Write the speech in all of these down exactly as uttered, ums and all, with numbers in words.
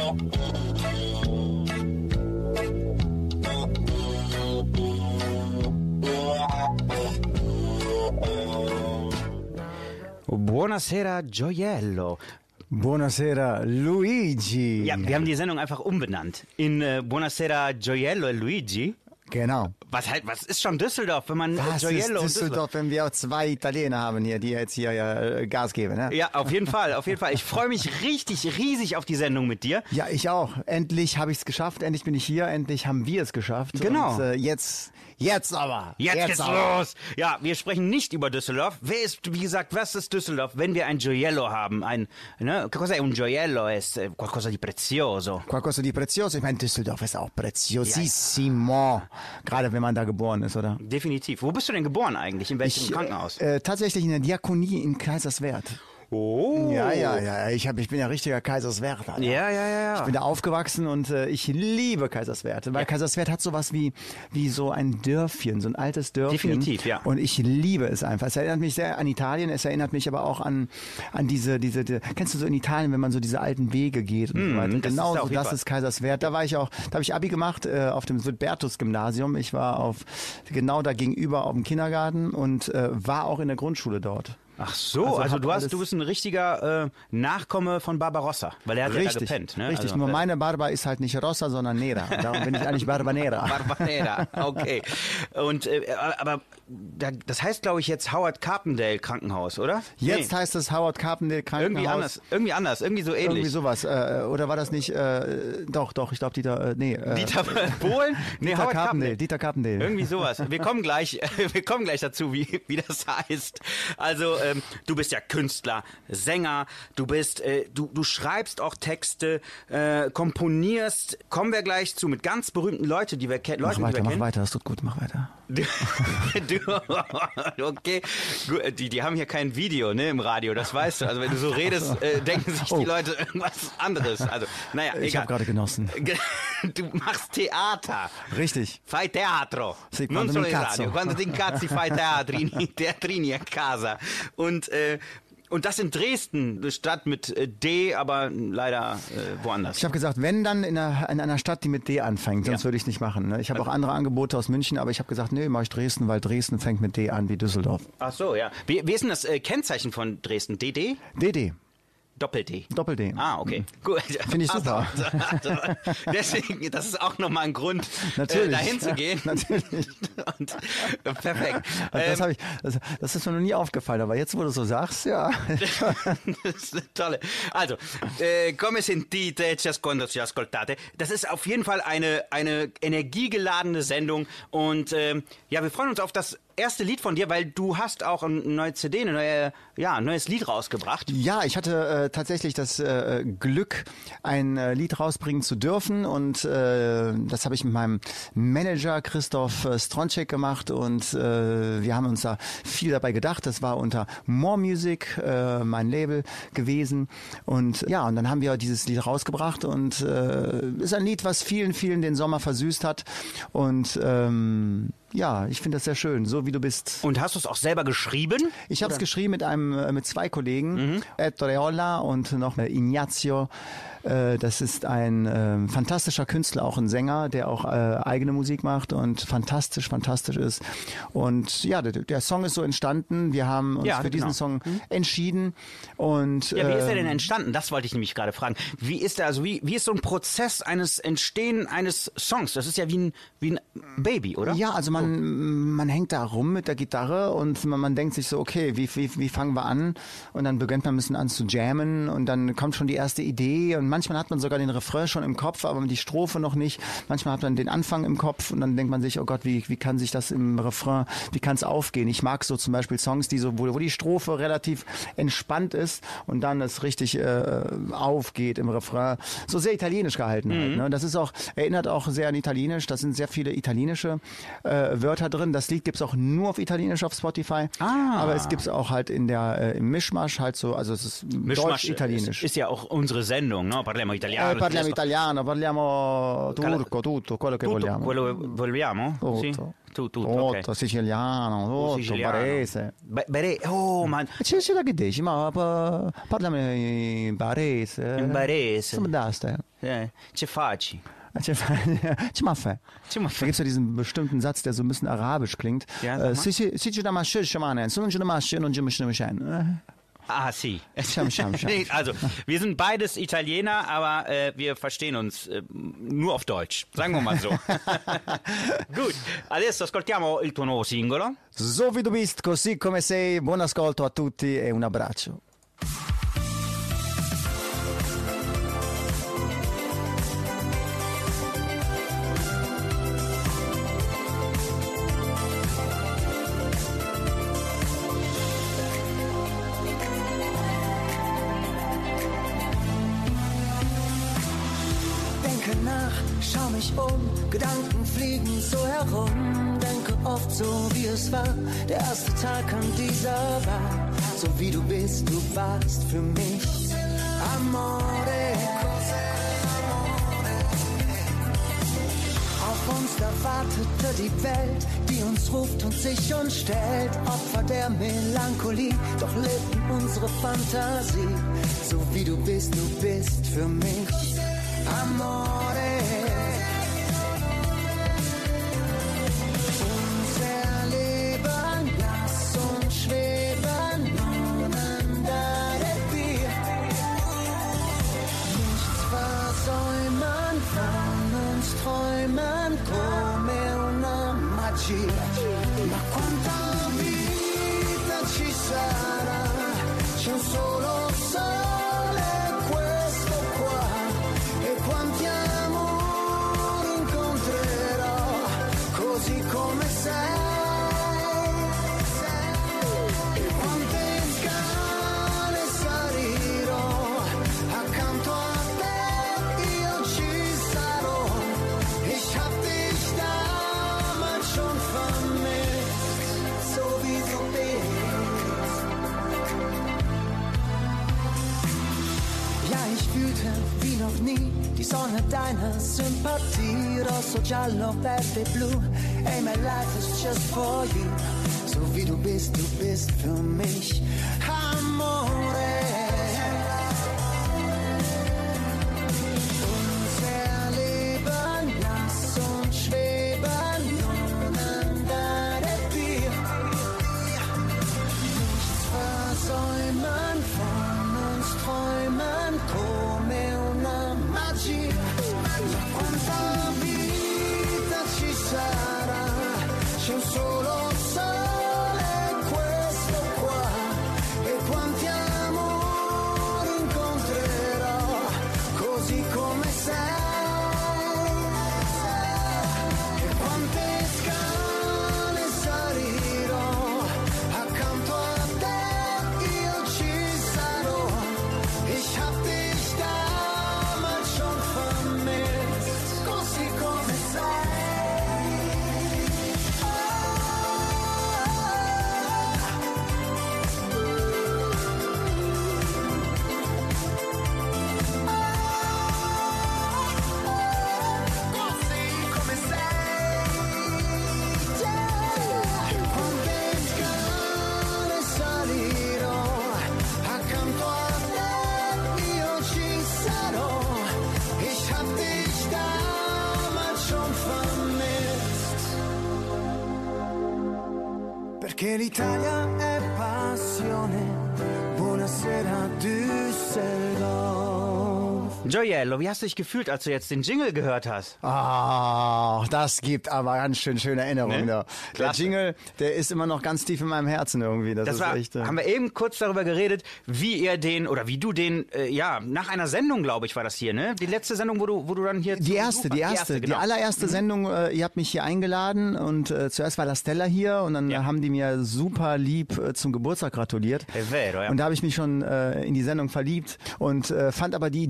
Buonasera, Gioiello. Buonasera, Luigi. Ja, wir haben die Sendung einfach umbenannt. In äh, Buonasera, Gioiello e Luigi. Genau. Was, halt, was ist schon Düsseldorf, wenn man was Gioiello ist Düsseldorf, wenn wir auch zwei Italiener haben hier, die jetzt hier ja, Gas geben, ne? Ja, auf jeden Fall, auf jeden Fall. Ich freue mich richtig, riesig auf die Sendung mit dir. Ja, ich auch. Endlich habe ich es geschafft, endlich bin ich hier, endlich haben wir es geschafft. Genau. Und, äh, jetzt, jetzt aber. Jetzt, jetzt geht's aber. los. Ja, wir sprechen nicht über Düsseldorf. Wer ist, wie gesagt, was ist Düsseldorf, wenn wir ein Gioiello haben? Ein, ne? Cosa è un gioiello? È qualcosa di prezioso. Qualcosa di prezioso. Ich meine, Düsseldorf ist auch preziosissimo. Ja, ja. Gerade wenn man da geboren ist, oder? Definitiv. Wo bist du denn geboren eigentlich? In welchem ich, Krankenhaus? Äh, tatsächlich in der Diakonie in Kaiserswerth. Oh. Ja, ja, ja. Ich, hab, ich bin ja richtiger Kaiserswerther. Ja, ja, ja, ja. Ich bin da aufgewachsen und äh, ich liebe Kaiserswerth. Weil ja. Kaiserswerth hat sowas wie, wie so ein Dörfchen, so ein altes Dörfchen. Definitiv, ja. Und ich liebe es einfach. Es erinnert mich sehr an Italien, es erinnert mich aber auch an, an diese, diese, die, kennst du so in Italien, wenn man so diese alten Wege geht und mm, so weiter. Genau so, das ist Kaiserswerth. Da war ich auch, da habe ich Abi gemacht äh, auf dem Südbertus-Gymnasium. Ich war auf genau da gegenüber auf dem Kindergarten und äh, war auch in der Grundschule dort. Ach so, also, also du hast, du bist ein richtiger äh, Nachkomme von Barbarossa, weil er hat richtig, ja da gepennt. Ne? Richtig, also, nur äh, meine Barba ist halt nicht Rossa, sondern Nera. Darum bin ich eigentlich Barbanera. Barbanera, okay. Und äh, aber das heißt, glaube ich, jetzt Howard Carpendale Krankenhaus, oder? Jetzt nee. heißt es Howard Carpendale Krankenhaus. Irgendwie anders, irgendwie anders, irgendwie so ähnlich. Irgendwie sowas. Äh, oder war das nicht, äh, doch, doch, ich glaube Dieter, äh, nee. Äh, Dieter Bohlen? Nee, Dieter Howard Carpendale. Dieter Carpendale. Irgendwie sowas. Wir kommen gleich, wir kommen gleich dazu, wie, wie das heißt. Also, ähm, du bist ja Künstler, Sänger, du bist, äh, du, du schreibst auch Texte, äh, komponierst, kommen wir gleich zu, mit ganz berühmten Leuten, die wir, ke- mach Leuten, weiter, die wir mach kennen. Mach weiter, das tut gut, mach weiter. Du, du, okay, die, die haben hier kein Video, ne, im Radio, das weißt du. Also wenn du so redest, äh, denken sich oh. die Leute irgendwas anderes. Also, naja, ich habe gerade genossen. Du machst Theater. Richtig. Fai teatro. Sì, non solo in incazzo. radio. Quando ti incazzi fai teatrini, teatrini a casa. Und äh, Und das in Dresden, eine Stadt mit äh, D, aber leider äh, woanders. Ich habe gesagt, wenn dann in einer, in einer Stadt, die mit D anfängt, sonst ja. würde ich nicht machen. Ne? Ich habe auch andere Angebote aus München, aber ich habe gesagt, nee, mache ich Dresden, weil Dresden fängt mit D an wie Düsseldorf. Ach so, ja. Wie, wie ist denn das äh, Kennzeichen von Dresden? D D? D D. Doppel-D. Doppel-D. Ah, okay. Gut. Finde ich super. Also, also, deswegen, das ist auch nochmal ein Grund, äh, dahin zu gehen. Natürlich. Und, äh, perfekt. Das, ähm, ich, das, das ist mir noch nie aufgefallen, aber jetzt, wo du so sagst, ja. Das ist eine tolle. Also, äh, come sentite, quando ci ascoltate. Das ist auf jeden Fall eine, eine energiegeladene Sendung und ähm, ja, wir freuen uns auf das erste Lied von dir, weil du hast auch eine neue C D, eine neue, ja, ein neues Lied rausgebracht. Ja, ich hatte äh, tatsächlich das äh, Glück, ein äh, Lied rausbringen zu dürfen und äh, das habe ich mit meinem Manager Christoph äh, Stronczek gemacht und äh, wir haben uns da viel dabei gedacht. Das war unter More Music, äh, mein Label gewesen und ja, und dann haben wir dieses Lied rausgebracht und äh, ist ein Lied, was vielen, vielen den Sommer versüßt hat und ähm, ja, ich finde das sehr schön, so wie du bist. Und hast du es auch selber geschrieben? Ich habe es geschrieben mit einem mit zwei Kollegen, mhm. Ed Reola und noch Ignazio. Das ist ein äh, fantastischer Künstler, auch ein Sänger, der auch äh, eigene Musik macht und fantastisch, fantastisch ist. Und ja, der, der Song ist so entstanden. Wir haben uns ja, für diesen genau. Song mhm. entschieden. Und, ja, wie ist er denn ähm, entstanden? Das wollte ich nämlich gerade fragen. Wie ist der, also wie, wie ist so ein Prozess eines Entstehen eines Songs? Das ist ja wie ein, wie ein Baby, oder? Ja, also man, oh. man hängt da rum mit der Gitarre und man, man denkt sich so, okay, wie, wie, wie fangen wir an? Und dann beginnt man ein bisschen an zu jammen und dann kommt schon die erste Idee und manchmal hat man sogar den Refrain schon im Kopf, aber die Strophe noch nicht. Manchmal hat man den Anfang im Kopf und dann denkt man sich, oh Gott, wie, wie kann sich das im Refrain, wie kann es aufgehen? Ich mag so zum Beispiel Songs, die so, wo, wo die Strophe relativ entspannt ist und dann es richtig äh, aufgeht im Refrain. So sehr italienisch gehalten halt. Ne? Das ist auch, erinnert auch sehr an Italienisch. Da sind sehr viele italienische äh, Wörter drin. Das Lied gibt es auch nur auf Italienisch auf Spotify. Ah. Aber es gibt es auch halt in der, äh, im Mischmasch halt so, also es ist Mischmasch deutsch-italienisch. Ist, ist ja auch unsere Sendung, ne? no? Parliamo italiano. Eh, parliamo tedesco. italiano, parliamo turco, tutto, quello che Tutto vogliamo. quello che vogliamo? Tutto. Sì? Tu, tutto, Tutto, ok. siciliano, tutto, Siciliano. barese. Be- bere- oh, ma C'è, c'è da che dici, ma pa- parlami in barese. in barese. Zum daste. Eh, ce faci. Ci mal fe. Ce mal Da fe. gibt es ja diesen bestimmten Satz, der so ein bisschen arabisch klingt. Ja, sag mal. Sici da masche, shamanen, so ein masche und jimme shnimme shen. Ah, sì. Scham, scham, scham. Also, wir sind beides Italiener, aber äh, wir verstehen uns äh, nur auf Deutsch. Sagen wir mal so. Gut, adesso ascoltiamo il tuo nuovo singolo. So wie du bist, così come sei. Buon ascolto a tutti e un abbraccio. Denke nach, schau mich um, Gedanken fliegen so herum. Denke oft so, wie es war, der erste Tag an dieser Bar. So wie du bist, du warst für mich Amore. Auf uns da wartete die Welt, die uns ruft und sich uns stellt. Opfer der Melancholie, doch lebt in unsere Fantasie. So wie du bist, du bist für mich Amore. Unser Leben, lass uns schweben, non andare via. Nichts versäumen, von uns träumen, come una magia. Ma quanta vita ci sarà, c'è un solo sole, questo qua. E quanti amori incontrerò, così come sei. E quante scale salirò, accanto a te io ci sarò. Ich hab dich damals schon vermisst, so wie du bist. Ja, ich fühlte wie noch nie die Sonne deiner Sympathie. Rosso, giallo, verde, blu. Hey, my life is just for you. So wie du bist, du bist für mich Amore. Unser Leben, lass uns schweben, non andare via. Nichts versäumen, von uns träumen, come una magia. Ma quanta vita ci sarà, c'è un solo sole, questo qua. E quanti amori incontrerò, così come sei. E quante scale salirò, accanto a te io ci sarò. Ich hab dich damals schon vermisst, così come sei. Così come sei. E quante scale salirò, accanto a te io ci sarò. Ich hab dich damals schon vermisst. Perché l'Italia è passione. Buonasera Düsseldorf. Gioiello, wie hast du dich gefühlt, als du jetzt den Jingle gehört hast? Ah, das gibt aber ganz schön schöne Erinnerungen. Ne? Da. Der Klasse. Jingle, der ist immer noch ganz tief in meinem Herzen irgendwie. Das, Das ist war, echt. äh, haben wir eben kurz darüber geredet, wie ihr den, oder wie du den, äh, ja, nach einer Sendung, glaube ich, war das hier, ne? Die letzte Sendung, wo du, wo du dann hier... Die zu erste, Besuch die warst. erste, die genau. allererste Sendung, äh, ihr habt mich hier eingeladen und äh, zuerst war la Stella hier und dann Ja. äh, haben die mir super lieb äh, zum Geburtstag gratuliert. È vero, ja. Und da habe ich mich schon äh, in die Sendung verliebt und äh, fand aber die Idee einfach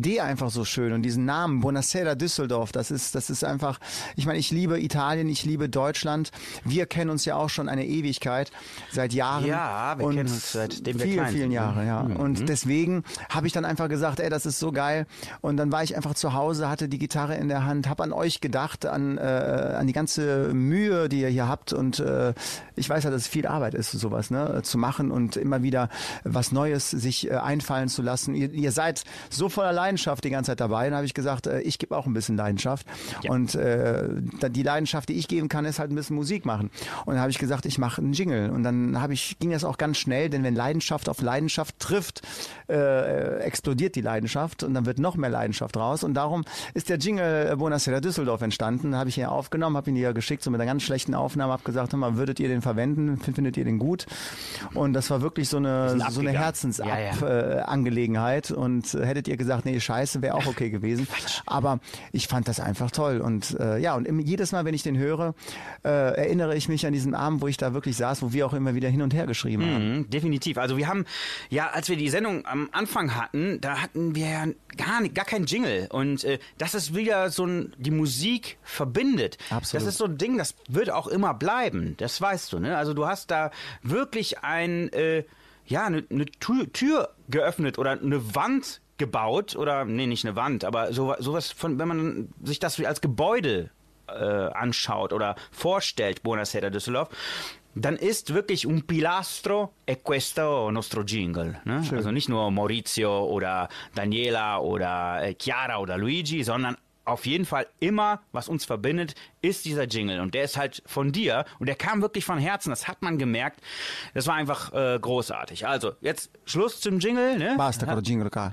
einfach so schön. Und diesen Namen, Buonasera Düsseldorf, das ist, das ist einfach, ich meine, ich liebe Italien, ich liebe Deutschland. Wir kennen uns ja auch schon eine Ewigkeit, seit Jahren. Ja, wir und kennen uns seitdem wir viele, klein vielen sind. Jahre, ja. Mhm. Und deswegen habe ich dann einfach gesagt, ey, das ist so geil. Und dann war ich einfach zu Hause, hatte die Gitarre in der Hand, habe an euch gedacht, an, äh, an die ganze Mühe, die ihr hier habt. Und äh, ich weiß ja, dass es viel Arbeit ist, sowas ne, zu machen und immer wieder was Neues sich äh, einfallen zu lassen. Ihr, ihr seid so voller Leidenschaft die ganze Zeit dabei. Dann habe ich gesagt, äh, ich gebe auch ein bisschen Leidenschaft. Ja. Und äh, die Leidenschaft, die ich geben kann, ist halt ein bisschen Musik machen. Und dann habe ich gesagt, ich mache einen Jingle. Und dann habe ich, ging das auch ganz schnell, denn wenn Leidenschaft auf Leidenschaft trifft, äh, explodiert die Leidenschaft und dann wird noch mehr Leidenschaft raus. Und darum ist der Jingle Buonasera Düsseldorf entstanden. Da habe ich ihn aufgenommen, habe ihn hier geschickt, so mit einer ganz schlechten Aufnahme, habe gesagt, hör mal, würdet ihr den verwenden? Findet ihr den gut? Und das war wirklich so eine, so eine Herzensangelegenheit. Ja, ja. äh, Und äh, hättet ihr gesagt, nee, scheiße, wäre auch okay gewesen. Aber ich fand das einfach toll. Und äh, ja, und im, jedes Mal, wenn ich den höre, äh, erinnere ich mich an diesen Abend, wo ich da wirklich saß, wo wir auch immer wieder hin und her geschrieben mhm, haben. Definitiv. Also wir haben, ja, als wir die Sendung am Anfang hatten, da hatten wir ja gar, nicht, gar keinen Jingle. Und äh, das ist wieder so ein, die Musik verbindet. Absolut. Das ist so ein Ding, das wird auch immer bleiben. Das weißt du, ne? Also du hast da wirklich ein, äh, ja, eine, eine Tür, Tür geöffnet oder eine Wand gebaut oder, nee, nicht eine Wand, aber so, sowas von, wenn man sich das als Gebäude äh, anschaut oder vorstellt, Buonasera Düsseldorf, dann ist wirklich un pilastro e questo nostro jingle. Ne? Also nicht nur Maurizio oder Daniela oder äh, Chiara oder Luigi, sondern auf jeden Fall immer, was uns verbindet, ist dieser Jingle. Und der ist halt von dir. Und der kam wirklich von Herzen. Das hat man gemerkt. Das war einfach äh, großartig. Also, jetzt Schluss zum Jingle. Ne? Basta con Jingle Car.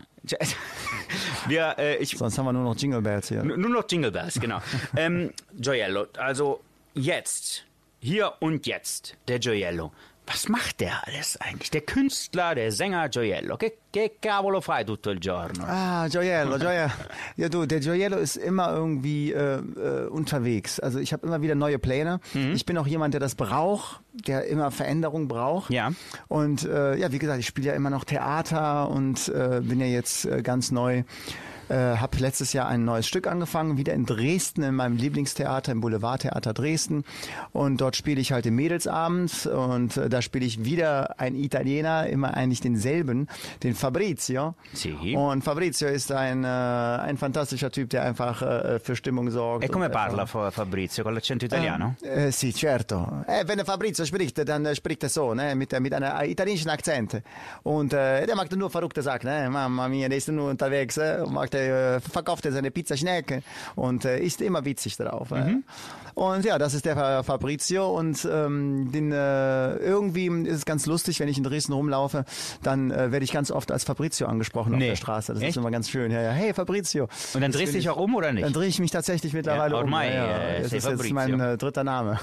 wir, äh, ich, Sonst haben wir nur noch Jingle Bells hier. Nur noch Jingle Bells, genau. ähm, Gioiello, also jetzt, hier und jetzt, der Gioiello. Was macht der alles eigentlich? Der Künstler, der Sänger Gioiello. Che, che cavolo fai tutto il giorno? Ah, Gioiello, Gioiello. Ja, du, der Gioiello ist immer irgendwie äh, äh, unterwegs. Also ich habe immer wieder neue Pläne. Mhm. Ich bin auch jemand, der das braucht, der immer Veränderung braucht. Ja. Und äh, ja, wie gesagt, ich spiele ja immer noch Theater und äh, bin ja jetzt äh, ganz neu. Äh, habe letztes Jahr ein neues Stück angefangen, wieder in Dresden, in meinem Lieblingstheater, im Boulevardtheater Dresden. Und dort spiele ich halt den Mädelsabend und äh, da spiele ich wieder einen Italiener, immer eigentlich denselben, den Fabrizio. Sì. Und Fabrizio ist ein, äh, ein fantastischer Typ, der einfach äh, für Stimmung sorgt. E come und, parla Fabrizio? Con l'accento italiano? Äh, äh, sì, certo. Äh, wenn der Fabrizio spricht, dann äh, spricht er so, ne, mit, mit einer italienischen Akzent. Und äh, der macht nur verrückte Sachen, ne? Mamma mia, der ist nur unterwegs, äh, und macht äh, verkauft er seine Pizzaschnecke und äh, ist immer witzig drauf. Mhm. Äh. Und ja, das ist der Fabrizio und ähm, den, äh, irgendwie ist es ganz lustig, wenn ich in Dresden rumlaufe, dann äh, werde ich ganz oft als Fabrizio angesprochen nee. auf der Straße. Das Echt? ist immer ganz schön. Ja, ja. Hey Fabrizio. Und dann drehst du dich auch um oder nicht? Dann drehe ich mich tatsächlich mittlerweile ja, um. Ormai, ja, ja. äh, Das ist jetzt mein äh, dritter Name.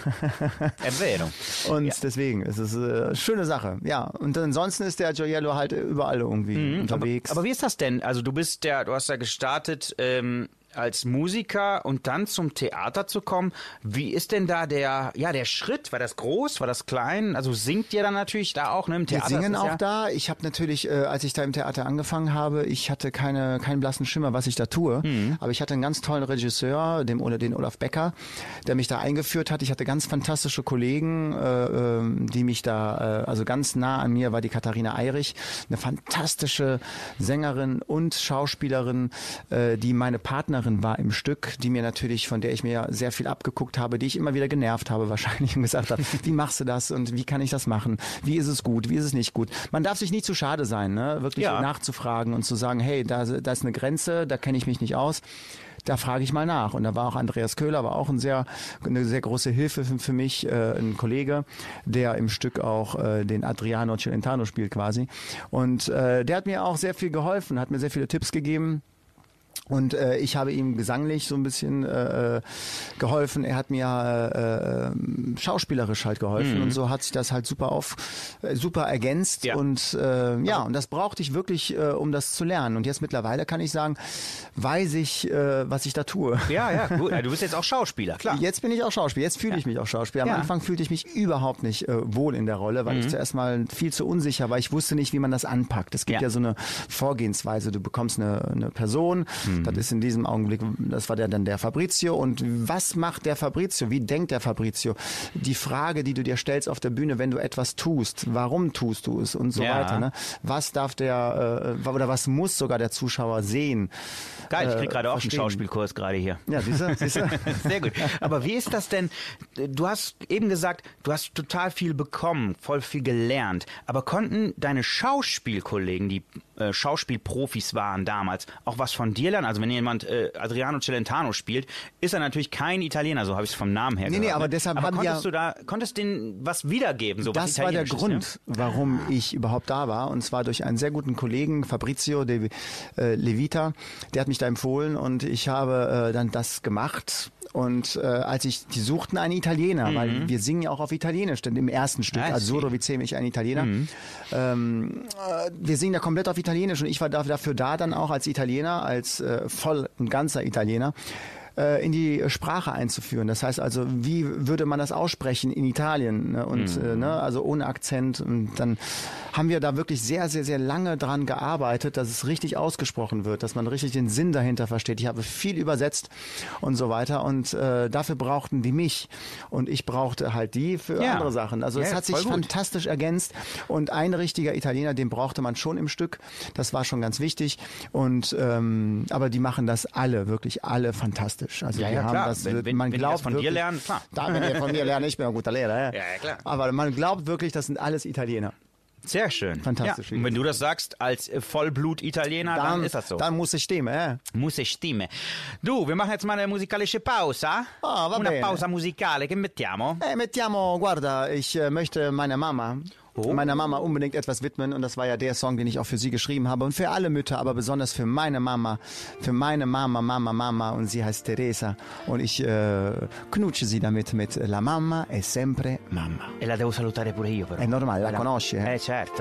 È vero. Und ja. deswegen ist es eine äh, schöne Sache. Ja, und ansonsten ist der Gioiello halt überall irgendwie mhm. unterwegs. Aber, aber wie ist das denn? Also du bist der, du hast ja gestartet ähm, als Musiker und dann zum Theater zu kommen. Wie ist denn da der, ja, der Schritt? War das groß? War das klein? Also singt ihr dann natürlich da auch, ne, im Theater? Wir singen auch ja da. Ich habe natürlich, äh, als ich da im Theater angefangen habe, ich hatte keine, keinen blassen Schimmer, was ich da tue. Mhm. Aber ich hatte einen ganz tollen Regisseur, dem, oder den Olaf Becker, der mich da eingeführt hat. Ich hatte ganz fantastische Kollegen, äh, die mich da, äh, also ganz nah an mir war die Katharina Eirich, eine fantastische Sängerin und Schauspielerin, äh, die meine Partnerin war im Stück, die mir natürlich, von der ich mir sehr viel abgeguckt habe, die ich immer wieder genervt habe wahrscheinlich und gesagt habe, wie machst du das und wie kann ich das machen? Wie ist es gut? Wie ist es nicht gut? Man darf sich nicht zu schade sein, ne? Wirklich ja. nachzufragen und zu sagen, hey, da, da ist eine Grenze, da kenne ich mich nicht aus. Da frage ich mal nach. Und da war auch Andreas Köhler, war auch ein sehr, eine sehr große Hilfe für, für mich, äh, ein Kollege, der im Stück auch äh, den Adriano Celentano spielt quasi. Und äh, der hat mir auch sehr viel geholfen, hat mir sehr viele Tipps gegeben. Und äh, ich habe ihm gesanglich so ein bisschen äh, geholfen. Er hat mir äh, schauspielerisch halt geholfen. Mhm. Und so hat sich das halt super auf, äh, super ergänzt. Ja. Und äh, ja, und das brauchte ich wirklich, äh, um das zu lernen. Und jetzt mittlerweile kann ich sagen, weiß ich, äh, was ich da tue. Ja, ja, gut. Du bist jetzt auch Schauspieler, klar. Jetzt bin ich auch Schauspieler. Jetzt fühle ja. ich mich auch Schauspieler. Am ja. Anfang fühlte ich mich überhaupt nicht äh, wohl in der Rolle, weil mhm. ich zuerst mal viel zu unsicher war. Ich wusste nicht, wie man das anpackt. Es gibt ja, ja so eine Vorgehensweise. Du bekommst eine, eine Person, Hm. Das ist in diesem Augenblick, das war der, dann der Fabrizio. Und was macht der Fabrizio? Wie denkt der Fabrizio? Die Frage, die du dir stellst auf der Bühne, wenn du etwas tust, warum tust du es und so Ja. weiter. Ne? Was darf der, äh, oder was muss sogar der Zuschauer sehen? Geil, ich krieg gerade auch einen verstehen. Schauspielkurs gerade hier. Ja, siehst du? Siehst du? Sehr gut. Aber wie ist das denn? Du hast eben gesagt, du hast total viel bekommen, voll viel gelernt. Aber konnten deine Schauspielkollegen, die äh, Schauspielprofis waren damals, auch was von dir lernen? Also wenn jemand äh, Adriano Celentano spielt, ist er natürlich kein Italiener, so habe ich es vom Namen her Nee, gehört. nee, aber ne? deshalb aber haben konntest ja- du da, konntest denen was wiedergeben? So was Das war der Italienisches, Grund, warum ich überhaupt da war. Und zwar durch einen sehr guten Kollegen, Fabrizio De äh, Levita. Der hat mich da empfohlen und ich habe äh, dann das gemacht. Und äh, als ich, die suchten einen Italiener, Mhm. weil wir singen ja auch auf Italienisch, denn im ersten Stück, Ah, Azzurro sì. Vice, ich ein Italiener. Mhm. Ähm, äh, wir singen da komplett auf Italienisch und ich war da, dafür da dann auch als Italiener, als äh, voll und ganzer Italiener, äh, in die Sprache einzuführen. Das heißt also, wie würde man das aussprechen in Italien? Ne? Und Mhm. äh, ne? Also ohne Akzent. Und dann haben wir da wirklich sehr, sehr, sehr lange dran gearbeitet, dass es richtig ausgesprochen wird, dass man richtig den Sinn dahinter versteht. Ich habe viel übersetzt und so weiter. Und äh, dafür brauchten die mich. Und ich brauchte halt die für Ja. andere Sachen. Also Ja, es hat sich voll gut. fantastisch ergänzt. Und ein richtiger Italiener, den brauchte man schon im Stück. Das war schon ganz wichtig. Und ähm, aber die machen das alle, wirklich alle fantastisch. Also Ja, die ja, haben klar. das, Wenn- wenn- man wenn die glaubt das von dir wirklich, lernen, klar. Da, wenn ihr von mir lernt, ich bin ein guter Lehrer. Ja. Ja, ja, klar. Aber man glaubt wirklich, das sind alles Italiener. Sehr schön. Fantastisch. Ja. Und wenn du das sagst als äh, Vollblut-Italiener, dann, ist das so. Dann muss ich stimmen. Ja. Muss ich stimmen. Du, wir machen jetzt mal eine musikalische Pausa. Ah, va Una bene. pausa musicale, che mettiamo? Hey, mettiamo, guarda, ich äh, möchte meiner Mama, Oh. meiner Mama unbedingt etwas widmen und das war ja der Song, den ich auch für sie geschrieben habe und für alle Mütter, aber besonders für meine Mama, für meine Mama, Mama, Mama und sie heißt Teresa und ich äh, knutsche sie damit mit La Mamma è sempre Mamma. E la devo salutare pure io, però. È normale, la Eh, conosci, eh? Eh, certo.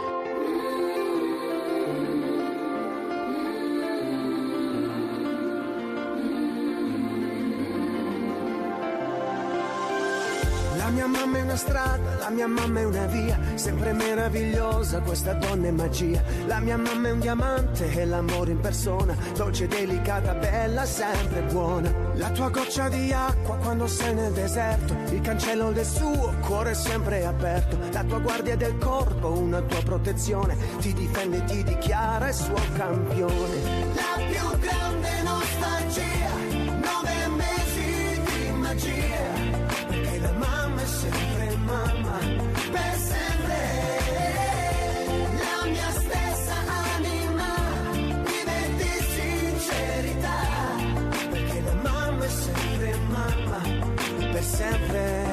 La mia mamma è una strada, la mia mamma è una via, sempre meravigliosa, questa donna è magia. La mia mamma è un diamante, è l'amore in persona, dolce, delicata, bella, sempre buona. La tua goccia di acqua quando sei nel deserto, il cancello del suo cuore è sempre aperto. La tua guardia del corpo, una tua protezione, ti difende e ti dichiara il suo campione. La più grande nostalgia, nove mesi di magia. Perché la mamma è sempre mamma, per sempre. La mia stessa anima vive di sincerità. Perché la mamma è sempre mamma, per sempre.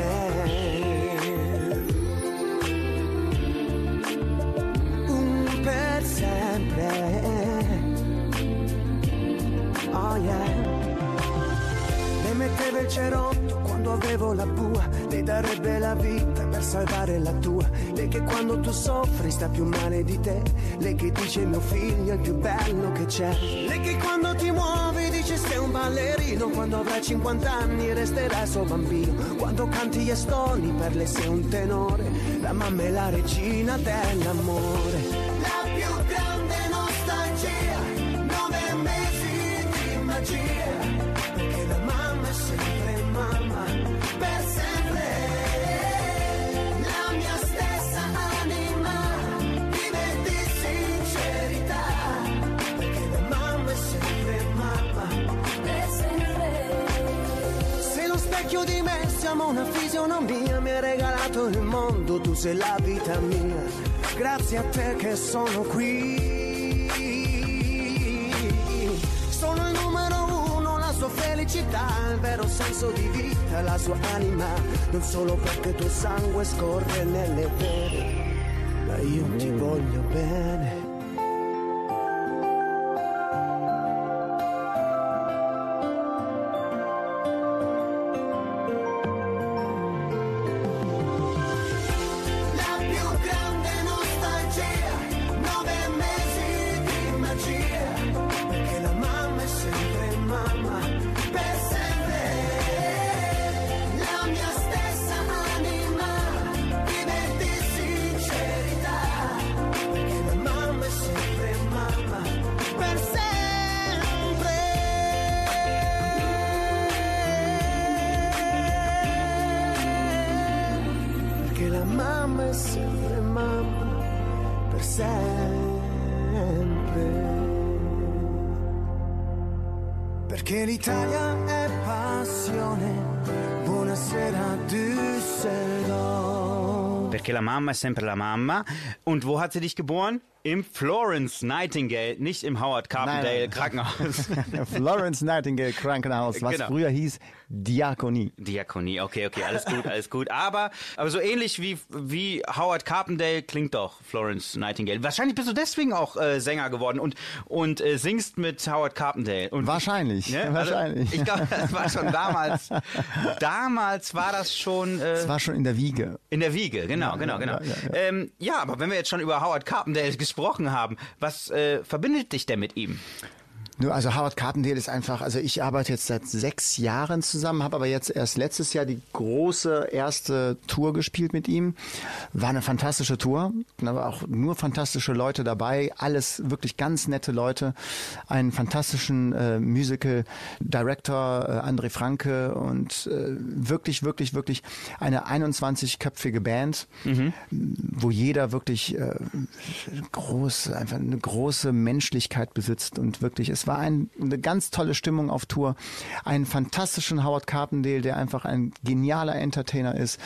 Un per sempre. Oh yeah. Le metteva il cerotto quando avevo la bua, le darebbe la vita per salvare la tua. Lei che quando tu soffri sta più male di te, lei che dice mio figlio è il più bello che c'è. Lei che quando ti muovi dice sei un ballerino, quando avrai cinquanta anni resterai suo bambino. Quando canti gli stoni per lei sei un tenore, la mamma è la regina dell'amore. La più grande nostalgia, nove mesi di magia. Perché la mamma è sempre mamma, per sempre. La mia stessa anima vive di sincerità. Perché la mamma è sempre mamma, per sempre. Se lo specchio di me siamo una fisionomia, mi hai regalato il mondo, tu sei la vita mia. Grazie a te che sono qui. Sono il numero uno, la sua felicità, il vero senso di vita, la sua anima. Non solo perché tuo sangue scorre nelle vene, ma io ti voglio bene. La più grande nostalgia, nove mesi di magia. Perché la mamma è sempre mamma, per sempre. La mia stessa anima vive di sincerità. Perché la mamma è sempre mamma, per sempre. Perché l'Italia è passione. Buonasera Düsseldorf. Perché la Mamma ist sempre la Mamma. Und wo hat sie dich geboren? Im Florence Nightingale, nicht im Howard Carpendale Nein, nein. Krankenhaus. Florence Nightingale Krankenhaus, was Genau. früher hieß Diakonie. Diakonie, okay, okay, alles gut, alles gut. Aber, aber so ähnlich wie, wie Howard Carpendale klingt doch Florence Nightingale. Wahrscheinlich bist du deswegen auch äh, Sänger geworden und, und äh, singst mit Howard Carpendale. Und, Wahrscheinlich, ne? wahrscheinlich. Also, ich glaube, das war schon damals. Damals war das schon äh, Es war schon in der Wiege. in der Wiege, genau, Ja, genau, ja, genau. ja, ja, ja. Ähm, ja, aber wenn wir jetzt schon über Howard Carpendale gesprochen haben, was äh, verbindet dich denn mit ihm? Nur, also Howard Carpendale ist einfach, also ich arbeite jetzt seit sechs Jahren zusammen, habe aber jetzt erst letztes Jahr die große erste Tour gespielt mit ihm. War eine fantastische Tour, da waren auch nur fantastische Leute dabei, alles wirklich ganz nette Leute. Einen fantastischen äh, Musical Director, äh, André Franke und äh, wirklich, wirklich, wirklich eine einundzwanzigköpfige Band, mhm. wo jeder wirklich äh, groß, einfach eine große Menschlichkeit besitzt und wirklich, es war ein, eine ganz tolle Stimmung auf Tour. Einen fantastischen Howard Carpendale, der einfach ein genialer Entertainer ist.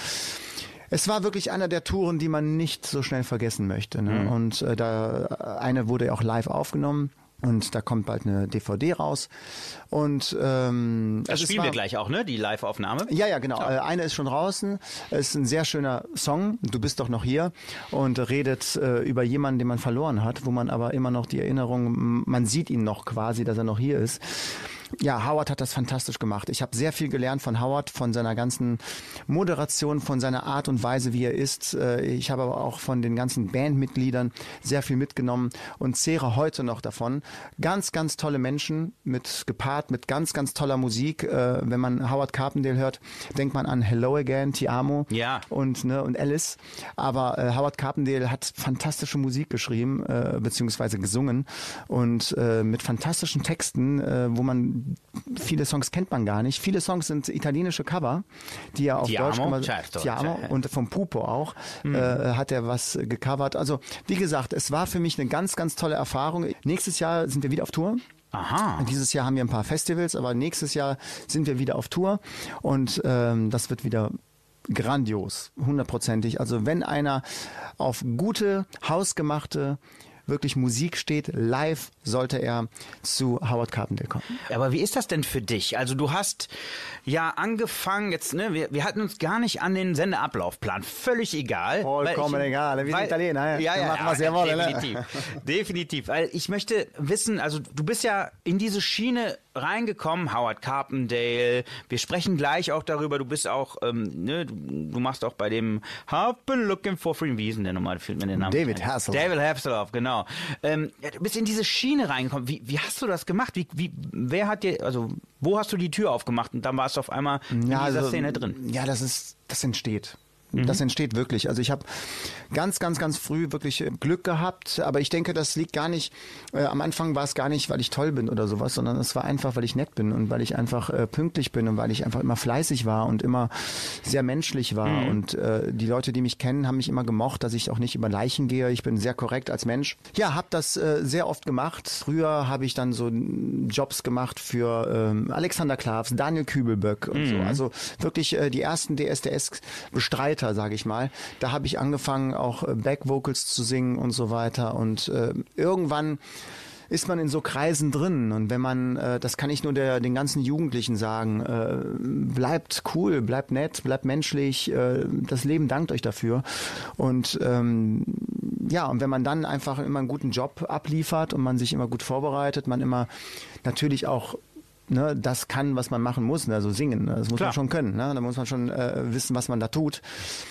Es war wirklich einer der Touren, die man nicht so schnell vergessen möchte. Ne? Mhm. Und äh, da eine wurde ja auch live aufgenommen. Und da kommt bald eine D V D raus. Und ähm, das spielen wir gleich auch, ne? Die Live-Aufnahme. Ja, ja, genau. Ja. Eine ist schon draußen. Es ist ein sehr schöner Song. Du bist doch noch hier und redet äh, über jemanden, den man verloren hat, wo man aber immer noch die Erinnerung, man sieht ihn noch quasi, dass er noch hier ist. Ja, Howard hat das fantastisch gemacht. Ich habe sehr viel gelernt von Howard, von seiner ganzen Moderation, von seiner Art und Weise, wie er ist. Ich habe aber auch von den ganzen Bandmitgliedern sehr viel mitgenommen und zehre heute noch davon. Ganz, ganz tolle Menschen, mit gepaart mit ganz, ganz toller Musik. Wenn man Howard Carpendale hört, denkt man an Hello Again, Ti Amo ja. und, ne, und Alice. Aber äh, Howard Carpendale hat fantastische Musik geschrieben, äh, beziehungsweise gesungen und äh, mit fantastischen Texten, äh, wo man viele Songs kennt man gar nicht. Viele Songs sind italienische Cover, die er auf Ti Deutsch amo, gemacht certo, Ti amo certo. Und vom Pupo auch mhm. äh, hat er was gecovert. Also wie gesagt, es war für mich eine ganz, ganz tolle Erfahrung. Nächstes Jahr sind wir wieder auf Tour. Aha. Dieses Jahr haben wir ein paar Festivals, aber nächstes Jahr sind wir wieder auf Tour und ähm, das wird wieder grandios, hundertprozentig. Also wenn einer auf gute, hausgemachte wirklich Musik steht, live sollte er zu Howard Carpendale kommen. Aber wie ist das denn für dich? Also du hast ja angefangen, jetzt, ne, wir, wir hatten uns gar nicht an den Sendeablaufplan, völlig egal. Vollkommen egal, wir sind Italiener, ja, ja, wir machen ja, was wir wollen. definitiv, Ne? definitiv, weil ich möchte wissen, also du bist ja in diese Schiene reingekommen, Howard Carpendale, wir sprechen gleich auch darüber, du bist auch, ähm, ne, du, du machst auch bei dem I've been looking for free, wie ist denn der nochmal, fehlt mir der Name. David Hasselhoff. David Hasselhoff, genau. Ähm, ja, du bist in diese Schiene reingekommen, wie, wie hast du das gemacht? Wie, wie, wer hat dir, also wo hast du die Tür aufgemacht und dann warst du auf einmal in ja, dieser also, Szene drin? Ja, das ist, das entsteht. Das entsteht wirklich. Also ich habe ganz, ganz, ganz früh wirklich Glück gehabt, aber ich denke, das liegt gar nicht, äh, am Anfang war es gar nicht, weil ich toll bin oder sowas, sondern es war einfach, weil ich nett bin und weil ich einfach äh, pünktlich bin und weil ich einfach immer fleißig war und immer sehr menschlich war mhm. und äh, die Leute, die mich kennen, haben mich immer gemocht, dass ich auch nicht über Leichen gehe. Ich bin sehr korrekt als Mensch. Ja, habe das äh, sehr oft gemacht. Früher habe ich dann so Jobs gemacht für ähm, Alexander Klavs, Daniel Kübelböck und mhm. so. Also wirklich äh, die ersten D S D S-Bestreiter, sage ich mal. Da habe ich angefangen, auch Backvocals zu singen und so weiter. Und äh, irgendwann ist man in so Kreisen drin. Und wenn man, äh, das kann ich nur der, den ganzen Jugendlichen sagen, äh, bleibt cool, bleibt nett, bleibt menschlich. Äh, das Leben dankt euch dafür. Und ähm, ja, und wenn man dann einfach immer einen guten Job abliefert und man sich immer gut vorbereitet, man immer natürlich auch Ne, das kann, was man machen muss, ne, also singen, ne, das muss Klar. man schon können, ne, da muss man schon äh, wissen, was man da tut.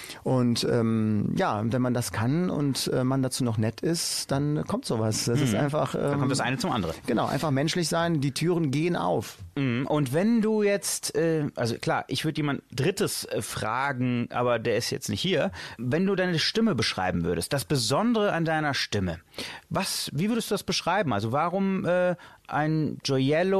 Und ähm, ja, wenn man das kann und äh, man dazu noch nett ist, dann kommt sowas. Das mhm. ist einfach. Ähm, dann kommt das eine zum anderen. Genau, einfach menschlich sein, die Türen gehen auf. Mhm. Und wenn du jetzt, äh, also klar, ich würde jemand Drittes äh, fragen, aber der ist jetzt nicht hier, wenn du deine Stimme beschreiben würdest, das Besondere an deiner Stimme, was, wie würdest du das beschreiben? Also warum äh, ein Gioiello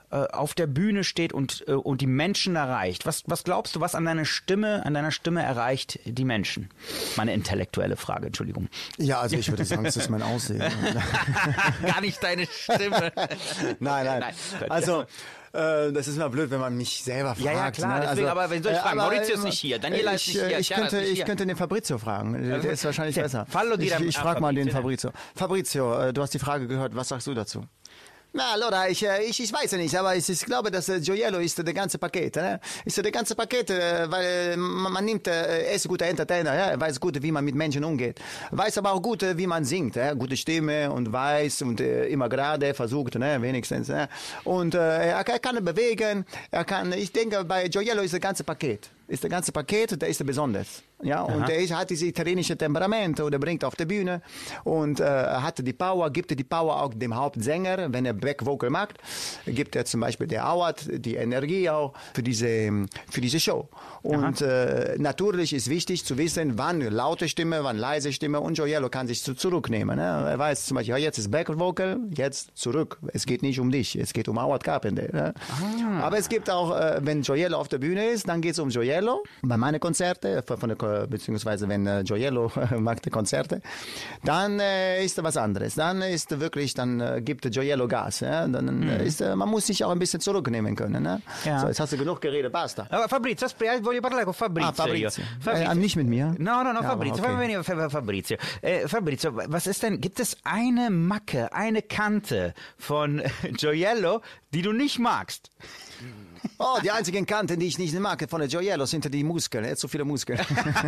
äh, auf der Bühne steht und, äh, und die Menschen erreicht, was, was glaubst du, was an deiner Stimme, an deiner Stimme erreicht die Menschen? Meine intellektuelle Frage, Entschuldigung. Ja, also ich würde sagen, es ist mein Aussehen. Gar nicht deine Stimme. nein, nein, nein. Also, äh, das ist immer blöd, wenn man mich selber fragt. Ja, ja, klar. Ne? Deswegen, also, aber wenn soll ich äh, fragen? aber, Maurizio ist nicht hier. Daniela ist ich, nicht hier. Ich, Chiara könnte, ist nicht ich hier. könnte den Fabrizio fragen. Der ist wahrscheinlich Ja, besser. fallo di Ich, la- ich a frage mal den Fabrizio. Fabrizio. Fabrizio, äh, du hast die Frage gehört. Was sagst du dazu? Na, allora, ich, ich, ich weiß ja nicht, aber ich, ich glaube, dass äh, Gioiello ist das ganze Paket. Ne? Ist das ganze Paket, äh, weil äh, man, man nimmt, äh, er ist ein guter Entertainer, ja? Er weiß gut, wie man mit Menschen umgeht. Weiß aber auch gut, äh, wie man singt. Ja? Gute Stimme und weiß und äh, immer gerade versucht, ne? Wenigstens. Ne? Und äh, er, er kann bewegen. Er kann, ich denke, bei Gioiello ist das ganze Paket. Ist das ganze Paket, da ist er besonders. Ja, und Aha. er hat dieses italienische Temperament und er bringt auf der Bühne und äh, hat die Power, gibt die Power auch dem Hauptsänger, wenn er Backvocal macht, gibt er zum Beispiel der Howard die Energie auch für diese, für diese Show. Und äh, natürlich ist wichtig zu wissen, wann laute Stimme, wann leise Stimme und Gioiello kann sich zu, zurücknehmen. Ne? Er weiß zum Beispiel, ja, jetzt ist Backvocal, jetzt zurück. Es geht nicht um dich, es geht um Howard Carpenter. Ne? Ah. Aber es gibt auch, äh, wenn Gioiello auf der Bühne ist, dann geht es um Gioiello. Bei meinen Konzerten, von der beziehungsweise wenn äh, Gioiello macht die Konzerte, dann äh, ist was anderes. Dann ist wirklich, dann äh, gibt Gioiello Gas. Ja? Dann mhm. äh, ist, äh, man muss sich auch ein bisschen zurücknehmen können. Ne? Ja. So, jetzt hast du genug geredet, basta. Aber Fabrizio, aspetta, voglio parlare con Fabrizio. Ah, Fabrizio. Io. Fabrizio. Äh, nicht mit mir? No, no, no, Ja, Fabrizio. okay. Fammi venire, Fa- Fabrizio. Äh, Fabrizio, was ist denn, gibt es eine Macke, eine Kante von Gioiello, die du nicht magst? Oh, die einzigen Kanten, die ich nicht mag von der Gioiello, sind die Muskeln. Er hat so viele Muskeln. Eh,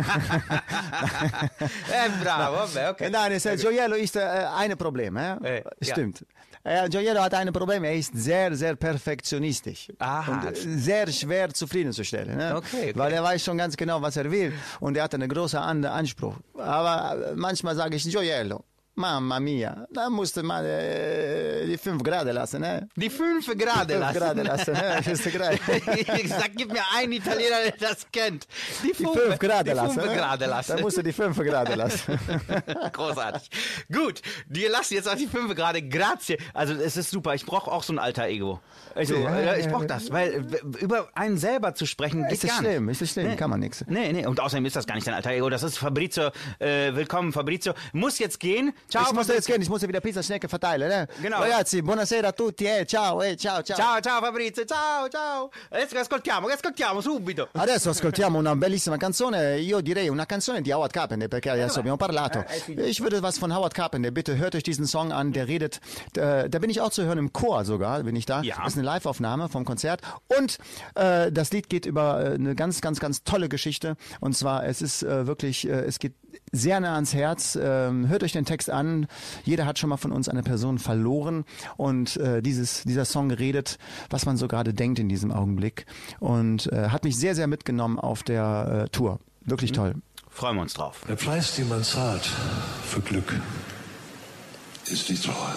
bravo, vabbè, okay. Nein, es, äh, Gioiello ist äh, ein Problem. Äh? Äh, ja. Stimmt. Äh, Gioiello hat ein Problem. Er ist sehr, sehr perfektionistisch. Aha. Und äh, sehr schwer zufriedenzustellen. Ne? Okay, okay. Weil er weiß schon ganz genau, was er will. Und er hat einen großen An- Anspruch. Aber äh, manchmal sage ich, Gioiello, Mamma mia, da musste man äh, die fünf Grad lassen, ne? Die fünf Grad fünf lassen. Grad lassen, ne? Das ist geil. Ich sag, gib mir einen Italiener, der das kennt. Die Die fünf Grad die lassen. fünf ne? Grad lassen. Da musst du die fünf Grad lassen. Großartig. Gut, wir lassen jetzt auch die fünf Grad. Grazie. Also es ist super. Ich brauche auch so ein alter Ego. Also, Ja, äh, ich ja, brauche ja. das, weil w- über einen selber zu sprechen geht Ist das gar schlimm? nicht. Ist das schlimm? Nee. Kann man nichts. Nee, nee. Und außerdem ist das gar nicht dein alter Ego. Das ist Fabrizio. Äh, willkommen, Fabrizio. Muss jetzt gehen. Ciao, Ich muss Fabrizio. jetzt gehen, ich muss wieder Pizzaschnecke verteilen, ne? Genau. Ragazzi, buonasera a tutti, eh, ciao, eh, ciao, ciao. Ciao, ciao Fabrizio. Ciao, ciao. Adesso che ascoltiamo, che ascoltiamo subito. Adesso ascoltiamo una bellissima canzone, io direi una canzone di Howard Carpenter, perché adesso abbiamo parlato. Ich würde was von Howard Carpenter, bitte hört euch diesen Song an, der redet, äh, da bin ich auch zu hören im Chor sogar, bin ich da. Ja. Das ist eine Live-Aufnahme vom Konzert und äh, das Lied geht über äh, eine ganz, ganz, ganz tolle Geschichte und zwar, es ist äh, wirklich, äh, es geht sehr nah ans Herz. Ähm, hört euch den Text an. Jeder hat schon mal von uns eine Person verloren und äh, dieses, dieser Song redet, was man so gerade denkt in diesem Augenblick und äh, hat mich sehr, sehr mitgenommen auf der äh, Tour. Wirklich toll. Freuen wir uns drauf. Der Preis, den man zahlt für Glück, ist die Trauer.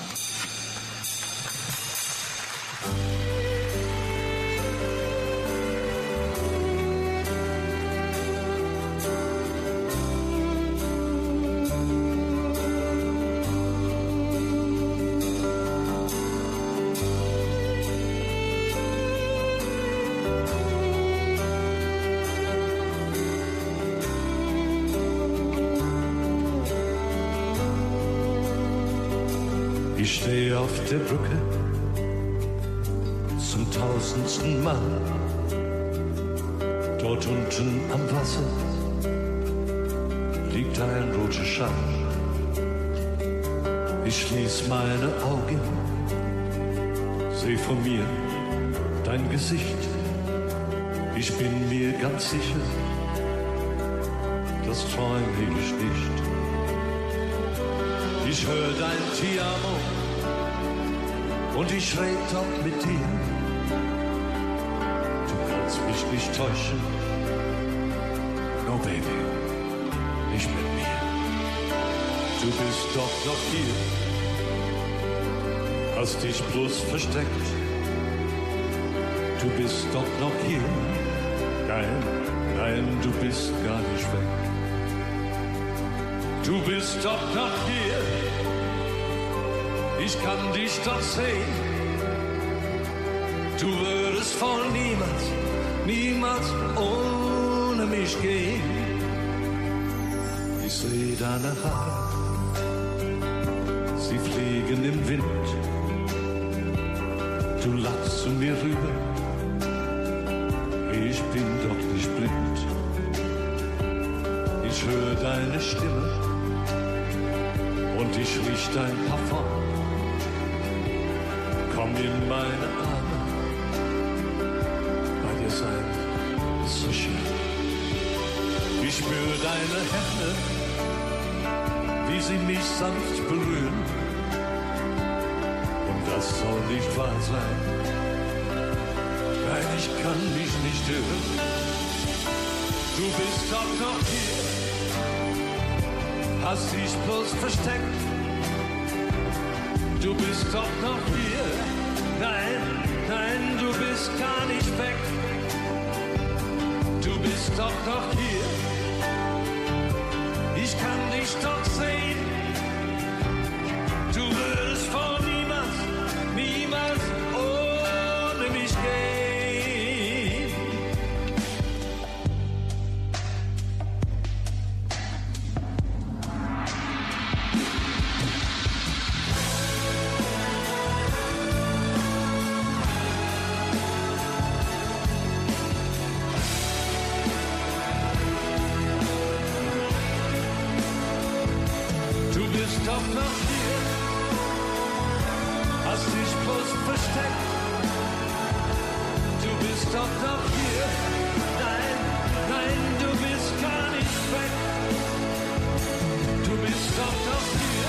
Ich stehe auf der Brücke zum tausendsten Mal. Dort unten am Wasser liegt ein roter Schal. Ich schließ meine Augen, seh vor mir dein Gesicht. Ich bin mir ganz sicher, das träume ich nicht. Ich hör dein Ti amo und ich red doch mit dir. Du kannst mich nicht täuschen, no baby, nicht mit mir. Du bist doch noch hier, hast dich bloß versteckt. Du bist doch noch hier, nein, nein, du bist gar nicht weg. Du bist doch noch hier, ich kann dich doch sehen. Du würdest voll niemals, niemals ohne mich gehen. Ich sehe deine Haare, sie fliegen im Wind. Du lachst zu mir rüber, ich bin doch nicht blind. Ich höre deine Stimme und ich riech dein Parfum. Komm in meine Arme, bei dir sein ist so schön. Ich spüre deine Hände, wie sie mich sanft berühren. Und das soll nicht wahr sein, nein, ich kann mich nicht irren. Du bist doch noch hier, hast dich bloß versteckt. Du bist doch noch hier, nein, nein, du bist gar nicht weg. Du bist doch noch hier, ich kann dich doch sehen. Du wirst vor niemals, niemals ohne mich gehen. Du bist doch noch hier, hast dich bloß versteckt. Du bist doch noch hier, nein, nein, du bist gar nicht weg. Du bist doch noch hier,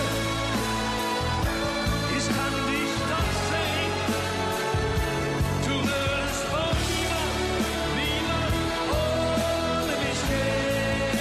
ich kann dich doch sehen. Du wirst vor niemand, niemand ohne mich gehen.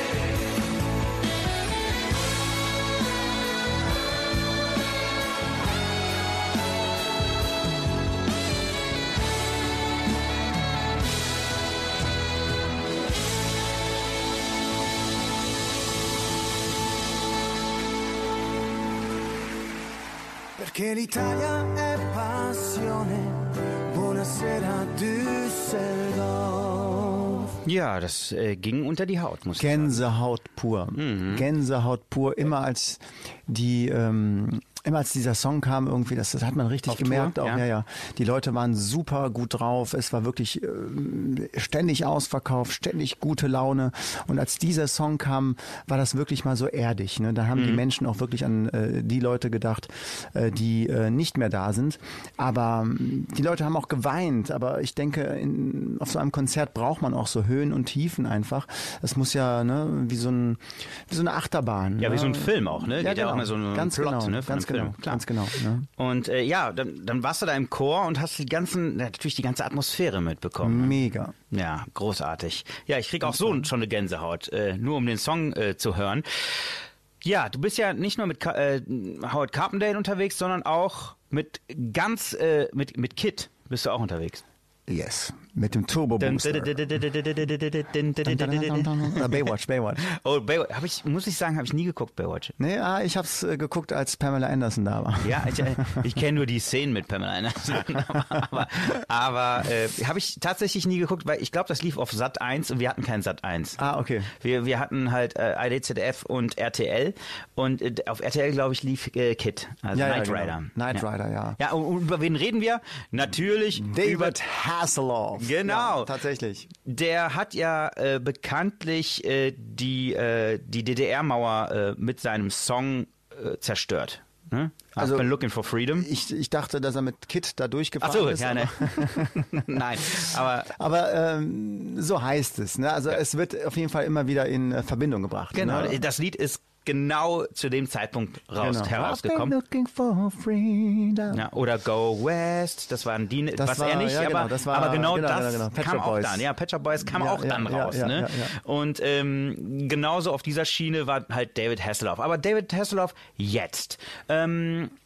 Perché l'Italia è passione. Buonasera Düsseldorf. Ja, das äh, ging unter die Haut, muss ich sagen. Gänsehaut pur. Gänsehaut pur. Immer als die, ähm, immer als dieser Song kam, irgendwie, das, das hat man richtig Auf gemerkt. Tour, Auch, ja. ja, ja. Die Leute waren super gut drauf. Es war wirklich äh, ständig ausverkauft, ständig gute Laune. Und als dieser Song kam, war das wirklich mal so erdig. Ne? Da haben die Menschen auch wirklich an äh, die Leute gedacht, äh, die äh, nicht mehr da sind. Aber ähm, die Leute haben auch geweint. Aber ich denke, in, auf so einem Konzert braucht man auch so Höhen und Tiefen einfach. Das muss ja, ne, wie so, ein, wie so eine Achterbahn. Ja, ne? wie so ein Film auch, ne? Ja, Geht ja genau. auch mal so ein ganz Plot, genau, ne? Von ganz einem genau, Film. Klar. ganz genau. Ne? Und äh, ja, dann, dann warst du da im Chor und hast die ganzen, natürlich die ganze Atmosphäre mitbekommen. Mega. Ja, großartig. Ja, ich krieg auch so schon eine Gänsehaut, äh, nur um den Song äh, zu hören. Ja, du bist ja nicht nur mit Ka äh, Howard Carpendale unterwegs, sondern auch mit ganz, äh, mit, mit Kid bist du auch unterwegs. Yes. Mit dem Turbo Booster. Oder Baywatch, Baywatch. Oh, Baywatch. Hab ich, muss ich sagen, habe ich nie geguckt, Baywatch. Nee, ah, ich hab's äh, geguckt, als Pamela Anderson da war. Ja, ich, äh, ich kenne nur die Szenen mit Pamela Anderson. aber aber äh, habe ich tatsächlich nie geguckt, weil ich glaube, das lief auf Sat eins und wir hatten kein Sat eins. Ah, okay. Wir, wir hatten halt äh, I D Z D F und R T L und äh, auf R T L, glaube ich, lief äh, Kid, also Ja, ja, Knight genau. Rider. Knight ja. Rider, ja. Ja, und, und über wen reden wir? Natürlich über David Hasselhoff. Genau. Ja, tatsächlich. Der hat ja äh, bekanntlich äh, die, äh, die D D R-Mauer äh, mit seinem Song äh, zerstört. Ne? Also, I've been looking for freedom. Ich, ich dachte, dass er mit Kid da Ach durchgefahren so, ist. ja, ne. Nein, aber Aber ähm, so heißt es. Ne? Also es wird auf jeden Fall immer wieder in äh, Verbindung gebracht. genau, Ne? das Lied ist genau zu dem Zeitpunkt raus, Genau. I've herausgekommen. been looking for freedom. Ja, oder Go West, das waren die, Das was war- er nicht, ja, aber, genau, das war- aber genau, genau, das genau, genau. Pet kam Shop auch Boys. dann. Ja, Pet Shop Boys kam Ja, auch ja, dann ja, raus. ja, ne? ja, ja. Und ähm, genauso auf dieser Schiene war halt David Hasselhoff. Aber David Hasselhoff jetzt. Ähm,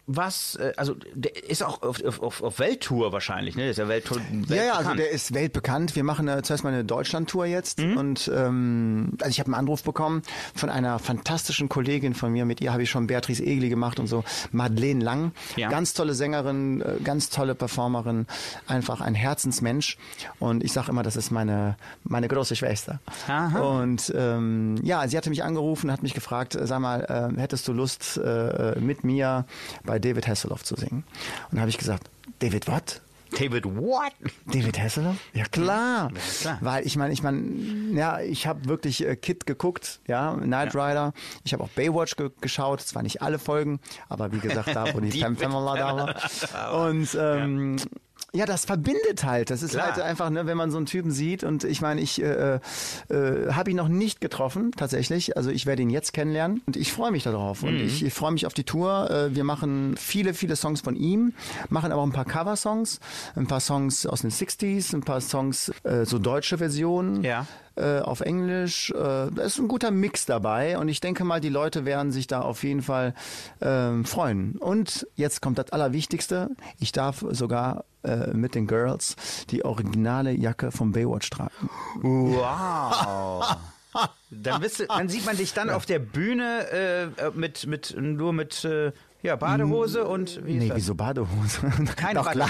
was, äh, also der ist auch auf, auf, auf Welttour wahrscheinlich, ne? Der ist ja Welttour. Ja, ja, also der ist weltbekannt. Wir machen äh, zuerst mal eine Deutschlandtour jetzt mhm. und ähm, also ich habe einen Anruf bekommen von einer fantastischen Kollegin von mir, mit ihr habe ich schon Beatrice Egli gemacht und so, Madeleine Lang, ja. Ganz tolle Sängerin, äh, ganz tolle Performerin, einfach ein Herzensmensch und ich sage immer, das ist meine meine große Schwester. Aha. Und ähm, ja, sie hatte mich angerufen, hat mich gefragt, sag mal, äh, hättest du Lust äh, mit mir bei David Hasselhoff zu singen? Und da habe ich gesagt, David what? David what? David Hasselhoff? Ja klar. Ja, klar. Weil ich meine, ich meine, ja, ich habe wirklich äh, Kid geguckt, ja, Knight ja. Rider. Ich habe auch Baywatch ge geschaut, zwar nicht alle Folgen, aber wie gesagt, da wo die, die Pamela da war. Und ähm, ja. Ja, das verbindet halt. Das ist Klar. halt einfach, ne, wenn man so einen Typen sieht. Und ich meine, ich äh, äh, habe ihn noch nicht getroffen, tatsächlich. Also ich werde ihn jetzt kennenlernen. Und ich freue mich darauf. Mhm. Und ich, ich freue mich auf die Tour. Äh, wir machen viele, viele Songs von ihm, machen aber auch ein paar Cover-Songs, ein paar Songs aus den sechziger, ein paar Songs, äh, so deutsche Versionen. Ja. Auf Englisch. Da ist ein guter Mix dabei und ich denke mal, die Leute werden sich da auf jeden Fall ähm, freuen. Und jetzt kommt das Allerwichtigste. Ich darf sogar äh, mit den Girls die originale Jacke vom Baywatch tragen. Wow. Dann, bist du, dann sieht man dich dann ja. auf der Bühne äh, mit, mit, nur mit... Äh Ja, Badehose und wie ist Nee, das? wieso Badehose? Keine Doch, klar.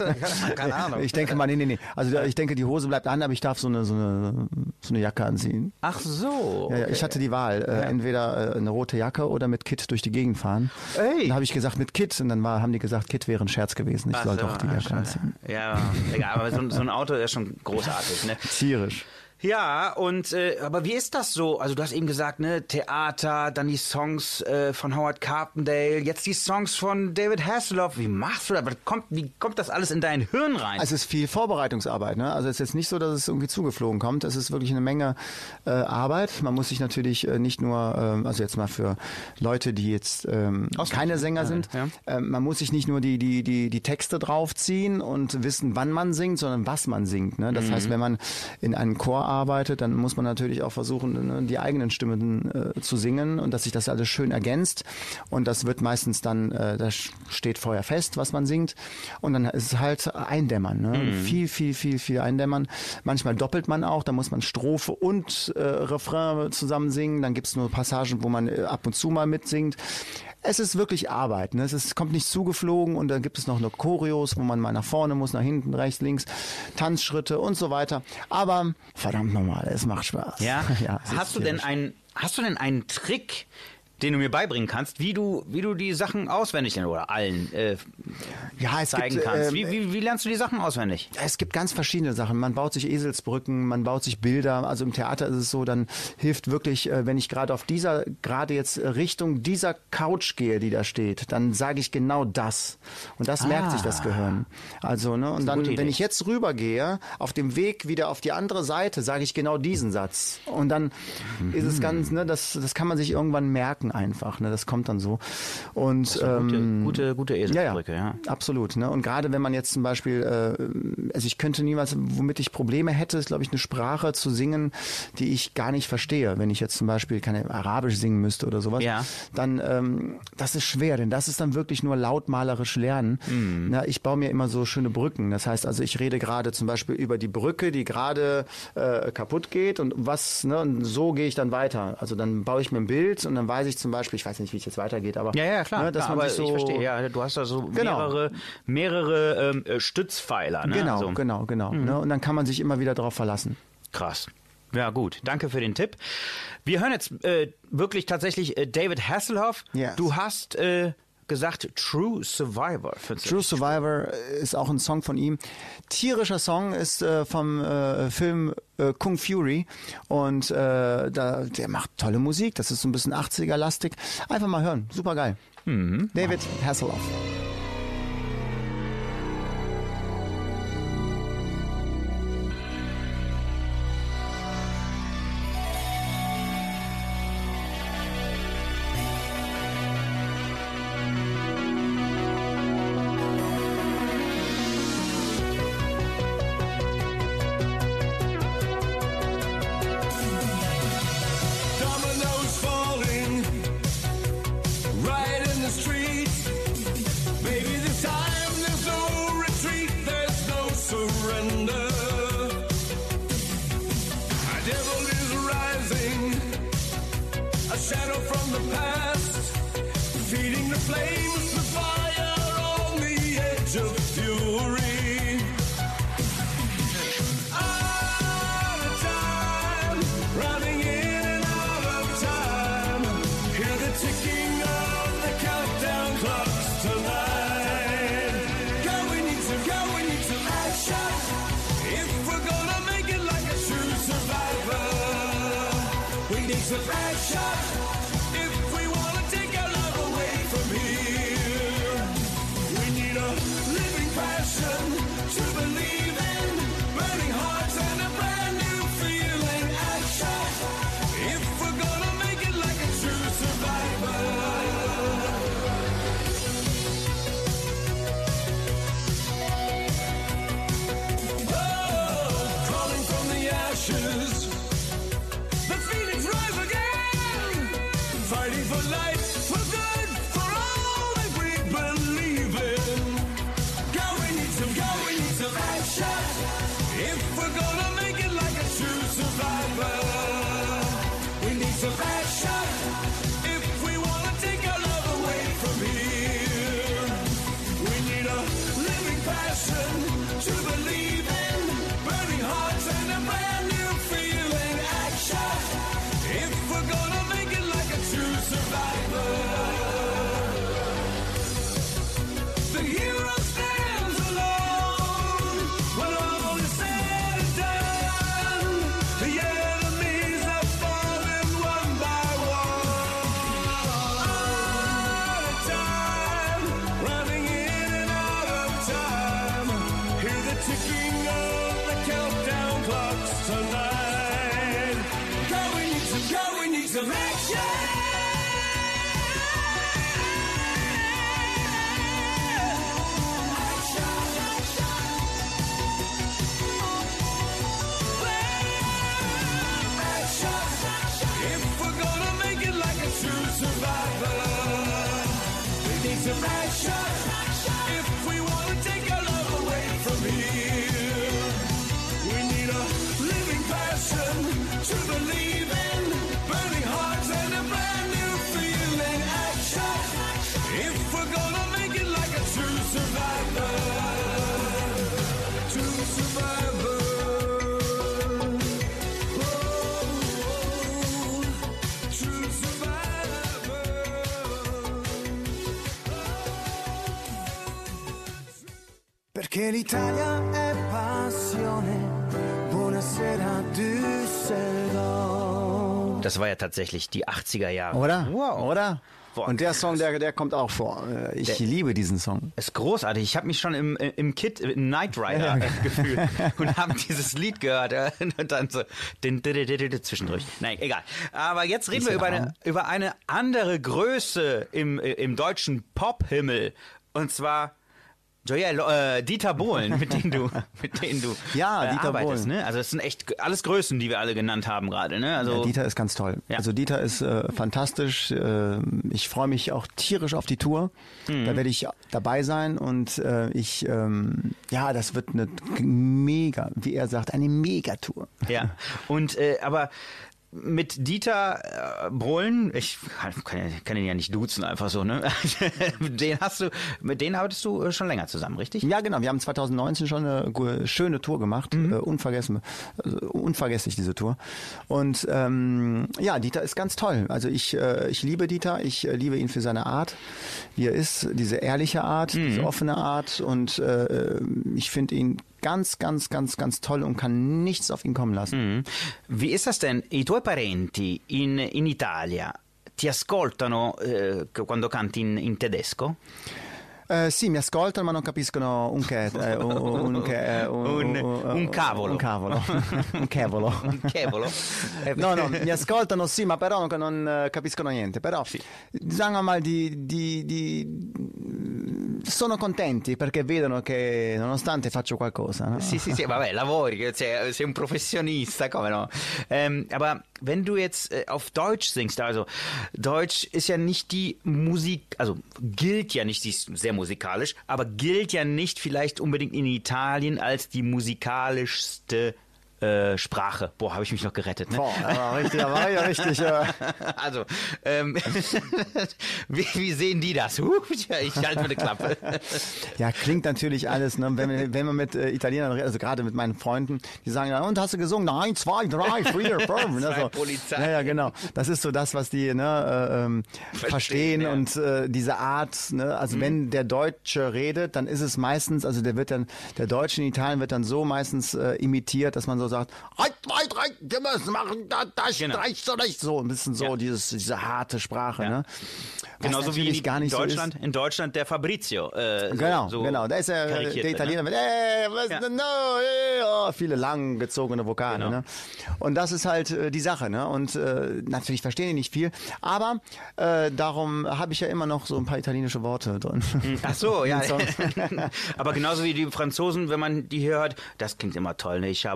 Keine Ahnung. Ich denke mal, nee, nee, nee. Also ich denke, die Hose bleibt an, aber ich darf so eine, so eine, so eine Jacke anziehen. Ach so. Okay. Ja, ja, ich hatte die Wahl, äh, ja. entweder äh, eine rote Jacke oder mit Kit durch die Gegend fahren. Ey. Dann habe ich gesagt, mit Kit und dann war, haben die gesagt, Kit wäre ein Scherz gewesen. Ich Ach sollte so, auch die Jacke anziehen. Ja, egal, aber so, so ein Auto ist schon großartig, ne? Tierisch. Ja, und äh, aber wie ist das so? Also du hast eben gesagt, ne, Theater, dann die Songs äh, von Howard Carpendale, jetzt die Songs von David Hasselhoff. Wie machst du das? Kommt, wie kommt das alles in dein Hirn rein? Also es ist viel Vorbereitungsarbeit, ne? Also es ist jetzt nicht so, dass es irgendwie zugeflogen kommt. Es ist wirklich eine Menge äh, Arbeit. Man muss sich natürlich äh, nicht nur, äh, also jetzt mal für Leute, die jetzt ähm, keine Sänger sind, ja. äh, man muss sich nicht nur die, die, die, die Texte draufziehen und wissen, wann man singt, sondern was man singt. Ne? Das mhm. heißt, wenn man in einem Chor arbeitet, dann muss man natürlich auch versuchen, ne, die eigenen Stimmen äh, zu singen und dass sich das alles schön ergänzt. Und das wird meistens dann, äh, da steht vorher fest, was man singt. Und dann ist es halt eindämmern. Ne? Mhm. Viel, viel, viel, viel eindämmern. Manchmal doppelt man auch, da muss man Strophe und äh, Refrain zusammen singen. Dann gibt es nur Passagen, wo man äh, ab und zu mal mitsingt. Es ist wirklich Arbeit. Ne? Es ist, kommt nicht zugeflogen und dann gibt es noch eine Choreos, wo man mal nach vorne muss, nach hinten, rechts, links, Tanzschritte und so weiter. Aber verdammt nochmal, es macht Spaß. Ja. ja hast du denn einen, hast du denn einen Trick, den du mir beibringen kannst, wie du, wie du die Sachen auswendig oder allen äh, ja, es zeigen gibt, kannst? Ähm, wie, wie, wie lernst du die Sachen auswendig? Es gibt ganz verschiedene Sachen. Man baut sich Eselsbrücken, man baut sich Bilder. Also im Theater ist es so, dann hilft wirklich, wenn ich gerade auf dieser, gerade jetzt Richtung dieser Couch gehe, die da steht, dann sage ich genau das. Und das ah. merkt sich das Gehirn. Also, ne, und dann, wenn ich jetzt rübergehe, auf dem Weg wieder auf die andere Seite, sage ich genau diesen Satz. Und dann mhm. ist es ganz, ne, das, das kann man sich irgendwann merken einfach, ne? Das kommt dann so. Und das ist eine ähm, gute, gute, gute Eselsbrücke, ja, ja. ja. Absolut. Ne? Und gerade wenn man jetzt zum Beispiel, äh, also ich könnte niemals, womit ich Probleme hätte, ist glaube ich eine Sprache zu singen, die ich gar nicht verstehe. Wenn ich jetzt zum Beispiel keine Arabisch singen müsste oder sowas, ja. dann ähm, das ist schwer, denn das ist dann wirklich nur lautmalerisch lernen. Mhm. Na, ich baue mir immer so schöne Brücken. Das heißt also, ich rede gerade zum Beispiel über die Brücke, die gerade äh, kaputt geht und was, ne, und so gehe ich dann weiter. Also dann baue ich mir ein Bild und dann weiß ich zum Beispiel, ich weiß nicht, wie es jetzt weitergeht, aber ja, ja, klar, ne, dass klar, man aber sich so, ich verstehe, ja, du hast da so genau. mehrere, mehrere ähm, Stützpfeiler. Ne? Genau, also. genau, genau. Mhm. Ne? Und dann kann man sich immer wieder darauf verlassen. Krass. Ja, gut. Danke für den Tipp. Wir hören jetzt äh, wirklich tatsächlich äh, David Hasselhoff. Yes. Du hast äh, gesagt True Survivor. True Survivor ist auch ein Song von ihm. Tierischer Song ist äh, vom äh, Film äh, Kung Fury und äh, da, der macht tolle Musik. Das ist so ein bisschen achtziger-lastig. Einfach mal hören. Super geil. Mhm. David Hasselhoff. Dominoes falling right in the street. ashes. The feelings rise again, fighting for life, for good, for all that we believe in. Go, we need some, go, we need some action. If we're gonna make it like a true survivor, we need some action. If we wanna take our love away from here, we need a living passion to believe in, burning hearts and a brand new feeling. Action. If we're gonna make it like a true survivor, the hero stands alone when all is said and done. The enemies are falling one by one. Out of time, running in and out of time. Hear the ticking of the countdown clocks tonight. Go, we need some, go, we need some action. If we're gonna make it like a true survivor, we need some action. If we wanna take our love away from here, we need a living passion to believe in, burning hearts and a brand new feeling. Action. If we're gonna make it like a true survivor, true survivor. Oh, true survivor. Perché l'Italia è passione. Buonasera Düsseldorf. Das war ja tatsächlich die achtziger Jahre. Oder? Wow. Oder? Boah, Und der krass. Song, der, der kommt auch vor. Äh, Ich Der- liebe diesen Song. Ist großartig. Ich habe mich schon im, im Kit, im Knight Rider äh, gefühlt und habe dieses Lied gehört äh, und dann so din, din, din, din, din, zwischendurch. Nein, egal. Aber jetzt reden wir über eine, über eine andere Größe im, äh, im deutschen Pop-Himmel. Und zwar Joel, äh, Dieter Bohlen, mit denen du, mit denen du Ja, äh, Dieter arbeitest. Bohlen. Ne? Also es sind echt alles Größen, die wir alle genannt haben gerade. Ne? Also Ja, Dieter ist ganz toll. Ja. Also Dieter ist äh, fantastisch. Äh, ich freue mich auch tierisch auf die Tour. Mhm. Da werde ich dabei sein und äh, ich, ähm, ja, das wird eine mega, wie er sagt, eine Megatour. Ja, und äh, aber mit Dieter äh, Bohlen, ich kann, kann ihn ja nicht duzen, einfach so, ne? Den hast du, mit denen arbeitest du äh, schon länger zusammen, richtig? Ja, genau. Wir haben zwanzig neunzehn schon eine gu- schöne Tour gemacht. Mhm. Äh, unvergessen, also unvergesslich, diese Tour. Und ähm, ja, Dieter ist ganz toll. Also ich, äh, ich liebe Dieter. Ich äh, liebe ihn für seine Art, wie er ist. Diese ehrliche Art, Mhm. diese offene Art. Und äh, ich finde ihn ganz, ganz, ganz, ganz toll und kann nichts auf ihn kommen lassen. Mhm. Wie ist das denn? I tuoi parenti in, in Italia ti ascoltano eh, quando canti in, in tedesco? Eh, sì, mi ascoltano ma non capiscono un che, eh, un, un, che, eh, Un- un cavolo. Un cavolo. Un cavolo. Un cavolo? Eh, No, no, mi ascoltano sì, ma però non, non eh, capiscono niente. Però, sagen wir mal, di, di, di- sono contenti perché vedono che nonostante faccio qualcosa. No? Sì, sì, sì, vabbè, lavori, sei, sei un Professionista, come no? Ähm, aber wenn du jetzt äh, auf Deutsch singst, also Deutsch ist ja nicht die Musik, also gilt ja nicht, die ist sehr musikalisch, aber gilt ja nicht vielleicht unbedingt in Italien als die musikalischste äh, Sprache. Boah, habe ich mich noch gerettet, ne? Boah, da war richtig, da war ja richtig. Ja. Also, ähm, wie, wie sehen die das? Huh, ich halte meine Klappe. Ja, klingt natürlich alles, ne? wenn, wir- wenn man mit äh, Italienern redet, also gerade mit meinen Freunden, die sagen, ja, und hast du gesungen? Nein, zwei, drei, vier, fünf. Ne? Zwei So. Polizei. Ja, ja, genau. Das ist so das, was die ne, äh, ähm, verstehen, Verstehen, ja. und äh, diese Art, ne? Also Mhm. wenn der Deutsche redet, dann ist es meistens, also der wird dann, der Deutsche in Italien wird dann so meistens äh, imitiert, dass man so sagt, eins, zwei, drei, wir müssen machen, das, das Genau. reicht so nicht. So ein bisschen so Ja. dieses, diese harte Sprache. Ja. Ne? Was Genauso wie natürlich in gar nicht Deutschland, in Deutschland der Fabrizio. Äh, so, Genau, so genau. Da ist ja äh, karikiert der wird, Italiener mit, äh, was Ja. denn, no, äh, oh, viele langgezogene Vokale. Genau. Ne? Und das ist halt äh, die Sache. Ne? Und äh, natürlich verstehen die nicht viel, aber äh, darum habe ich ja immer noch so ein paar italienische Worte drin. Ach so, ja. In Songs. Aber genauso wie die Franzosen, wenn man die hört, das klingt immer toll. Ne? Ich habe, hat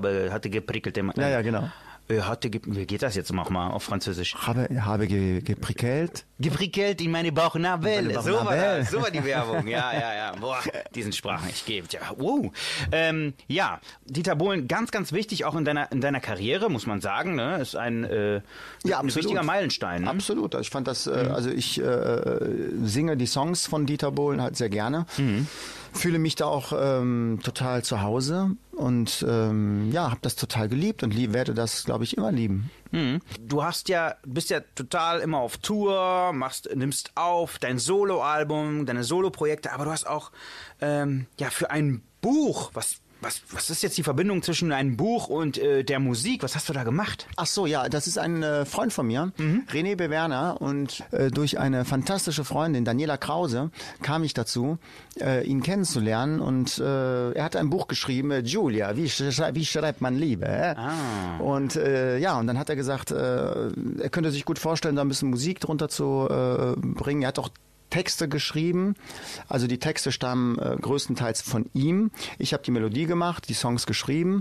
hatte geprickelt. Im, Ja, ja, genau. Äh, hatte, ge- wie geht das jetzt nochmal auf Französisch? Habe, habe ge, geprickelt. Geprickelt in meine Bauchnabel. Meine So war Bauchnabel. das, so war die Werbung. Ja, ja, ja. Boah, diesen Sprachen, ich gebe. Ja, wow. Ähm, ja, Dieter Bohlen, ganz, ganz wichtig auch in deiner, in deiner Karriere, muss man sagen. Ne? Ist ein, äh, Ja, ein absolut. wichtiger Meilenstein. Ne? Absolut. Ich fand das, äh, also ich äh, singe die Songs von Dieter Bohlen halt sehr gerne. Fühle mich da auch ähm, total zu Hause und ähm, ja, habe das total geliebt und lieb, werde das, glaube ich, immer lieben. Mhm. Du hast ja, bist ja total immer auf Tour, machst, nimmst auf dein Soloalbum, deine Soloprojekte, aber du hast auch ähm, ja für ein Buch, was, was, was ist jetzt die Verbindung zwischen einem Buch und äh, der Musik? Was hast du da gemacht? Ach so, ja, das ist ein äh, Freund von mir, René Bewerner, und äh, durch eine fantastische Freundin, Daniela Krause, kam ich dazu, äh, ihn kennenzulernen, und äh, er hat ein Buch geschrieben, äh, Julia, wie, schrei wie schreibt man Liebe? Äh? Ah. Und äh, ja, und dann hat er gesagt, äh, er könnte sich gut vorstellen, da ein bisschen Musik drunter zu äh, bringen. Er hat auch Texte geschrieben, also die Texte stammen äh, größtenteils von ihm. Ich habe die Melodie gemacht, die Songs geschrieben,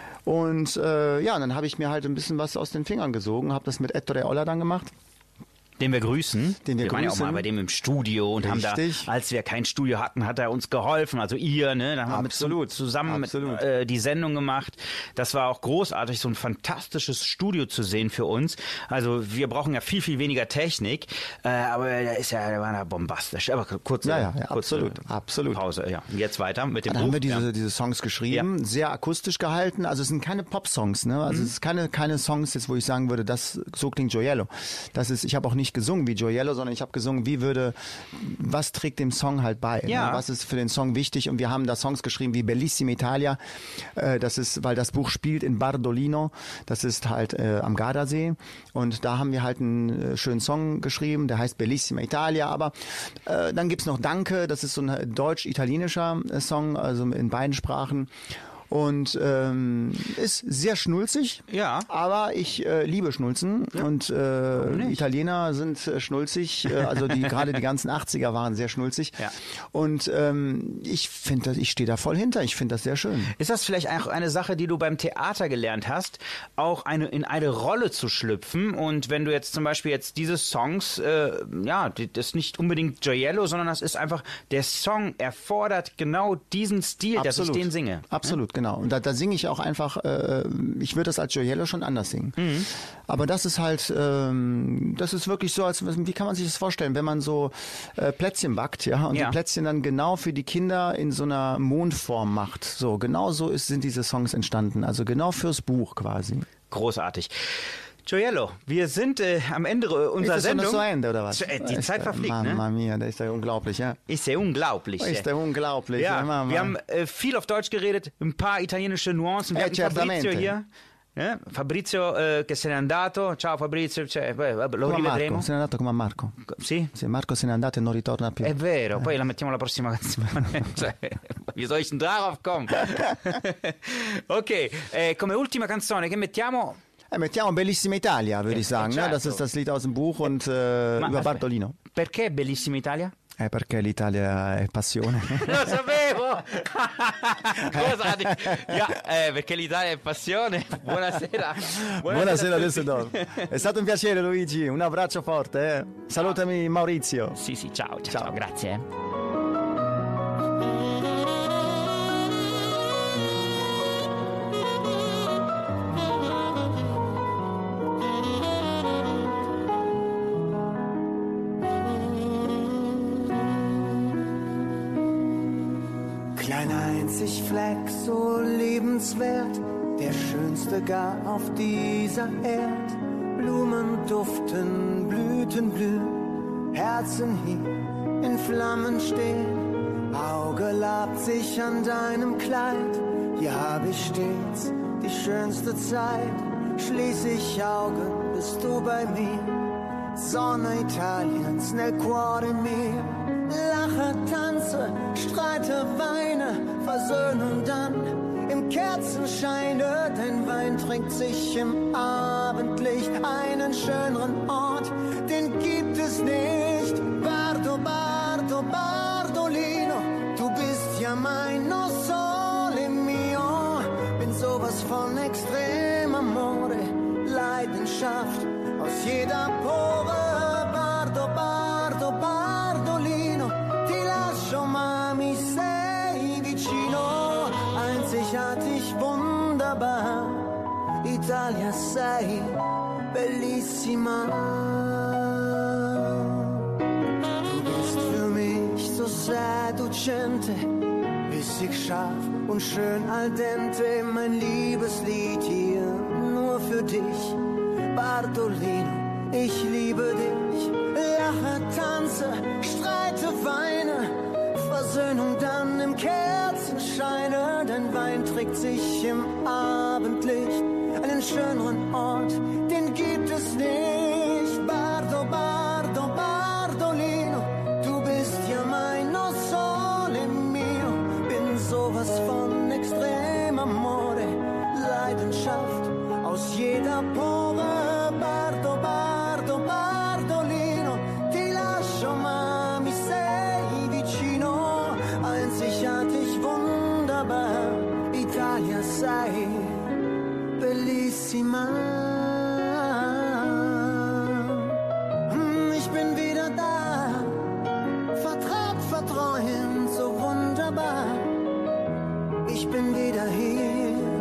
und äh, ja, dann habe ich mir halt ein bisschen was aus den Fingern gesogen, habe das mit Ettore Olla dann gemacht. Den wir grüßen. Den wir waren ja auch grüßen. mal bei dem im Studio und haben Richtig. da, als wir kein Studio hatten, hat er uns geholfen. Also ihr, ne? Da haben wir mit Absolut. zu- zusammen Absolut. Mit, äh, die Sendung gemacht. Das war auch großartig, so ein fantastisches Studio zu sehen für uns. Also wir brauchen ja viel, viel weniger Technik. Äh, aber der ist ja, der war ja bombastisch. Aber kurze, Ja, ja, ja, kurze absolut, absolut. Pause. Ja. Und jetzt weiter mit dem Dann Buch. haben wir diese, ja. diese Songs geschrieben, sehr akustisch gehalten. Also es sind keine Pop-Songs, ne? Also es ist keine, keine Songs jetzt, wo ich sagen würde, das so klingt Gioiello. Das ist, ich habe auch nicht gesungen wie Gioiello, sondern ich habe gesungen, wie würde, was trägt dem Song halt bei? Ja. Ne? Was ist für den Song wichtig? Und wir haben da Songs geschrieben wie Bellissima Italia. Äh, das ist, weil das Buch spielt in Bardolino. Das ist halt äh, am Gardasee. Und da haben wir halt einen äh, schönen Song geschrieben, der heißt Bellissima Italia. Aber äh, dann gibt's noch Danke. Das ist so ein deutsch-italienischer äh, Song, also in beiden Sprachen. Und ähm, ist sehr schnulzig, Ja. aber ich äh, liebe Schnulzen, und äh, nicht? Italiener sind äh, schnulzig, äh, also die gerade die ganzen achtziger waren sehr schnulzig. Ja. Und ähm, ich finde, das- ich stehe da voll hinter. Ich finde das sehr schön. Ist das vielleicht auch eine Sache, die du beim Theater gelernt hast, auch eine, in eine Rolle zu schlüpfen? Und wenn du jetzt zum Beispiel jetzt diese Songs, äh, ja, die- das ist nicht unbedingt Gioiello, sondern das ist einfach, der Song erfordert genau diesen Stil, dass ich den singe. Absolut, genau. Und da, da singe ich auch einfach, äh, ich würde das als Gioiello schon anders singen. Aber das ist halt, ähm, das ist wirklich so, als wie kann man sich das vorstellen, wenn man so äh, Plätzchen backt, ja, und Ja. die Plätzchen dann genau für die Kinder in so einer Mondform macht. So, genau so ist, sind diese Songs entstanden. Also genau fürs Buch quasi. Großartig. Gioiello, wir sind äh, am Ende äh, unserer ist das schon Sendung. zu Ende, oder was? Äh, Die Zeit verfliegt, Mamma ne? mia, das ist ja unglaublich, ja. Ist ja unglaublich. Ist ja unglaublich. Ja, Mamma. wir haben äh, viel auf Deutsch geredet, ein paar italienische Nuancen. Wir Eh, hatten Fabrizio certamente. hier. Eh? Fabrizio eh, che se n'è andato. Ciao Fabrizio, cioè, poi, vabbè, lo Come rivedremo. Marco, se n'è andato come a Marco. Sì? Se Marco se n'è andato e non ritorna più. È vero, poi la mettiamo la prossima canzone. Cioè, wie soll ich denn darauf kommen? Ok, eh, come ultima canzone che mettiamo? Eh, mettiamo Bellissima Italia, würde ich sagen. Ne? Das certo. ist das Lied aus dem Buch und äh, Ma über aspetta, Bartolino. Perché Bellissima Italia? Eh, perché l'Italia è passione. Lo sapevo! Großartig! Ja, eh, perché l'Italia è passione. Buonasera. Buonasera a tutti. Düsseldorf. È stato un piacere, Luigi. Un abbraccio forte. Eh. Salutami Maurizio. Sì, sì, ciao, ciao, Ciao. ciao, grazie. eh. Kleiner einzig Fleck, so lebenswert, der schönste gar auf dieser Erd. Blumen duften, Blüten blühen, Herzen hier in Flammen stehen. Auge labt sich an deinem Kleid, hier hab ich stets die schönste Zeit. Schließ ich Augen, bist du bei mir, Sonne Italiens nel cuore mio. Lache, tanze, streite, weine, versöhnen dann im Kerzenscheine. Dein Wein trinkt sich im Abendlicht. Einen schöneren Ort, den gibt es nicht. Bardo, Bardo, Bardolino, du bist ja mein no sole mio. Bin so sowas von extrem amore, Leidenschaft aus jeder Pore. Bardo, Bardo, Bardolino, ti lascio ma mi sei vicino, einzigartig, wunderbar, Italia sei bellissima. Du bist für mich so seducente, bissig scharf und schön al dente, mein Liebeslied hier nur für dich, Bardolino, ich liebe dich. Lache, tanze, streite, weine, Versöhnung dann im Kerzenscheine, dein Wein trägt sich im Abendlicht, einen schöneren Ort, den gibt es nicht. Bardo, Bardo, Bardolino, du bist ja mein sole mio, bin sowas von extrem amore, Leidenschaft aus jeder Pore. Bardo, Bardo, Bardolino, ti lascio ma mi sei vicino, einzigartig, wunderbar, Italia sei bellissima. Ich bin wieder da, vertraut, verträumt, so wunderbar. Ich bin wieder hier.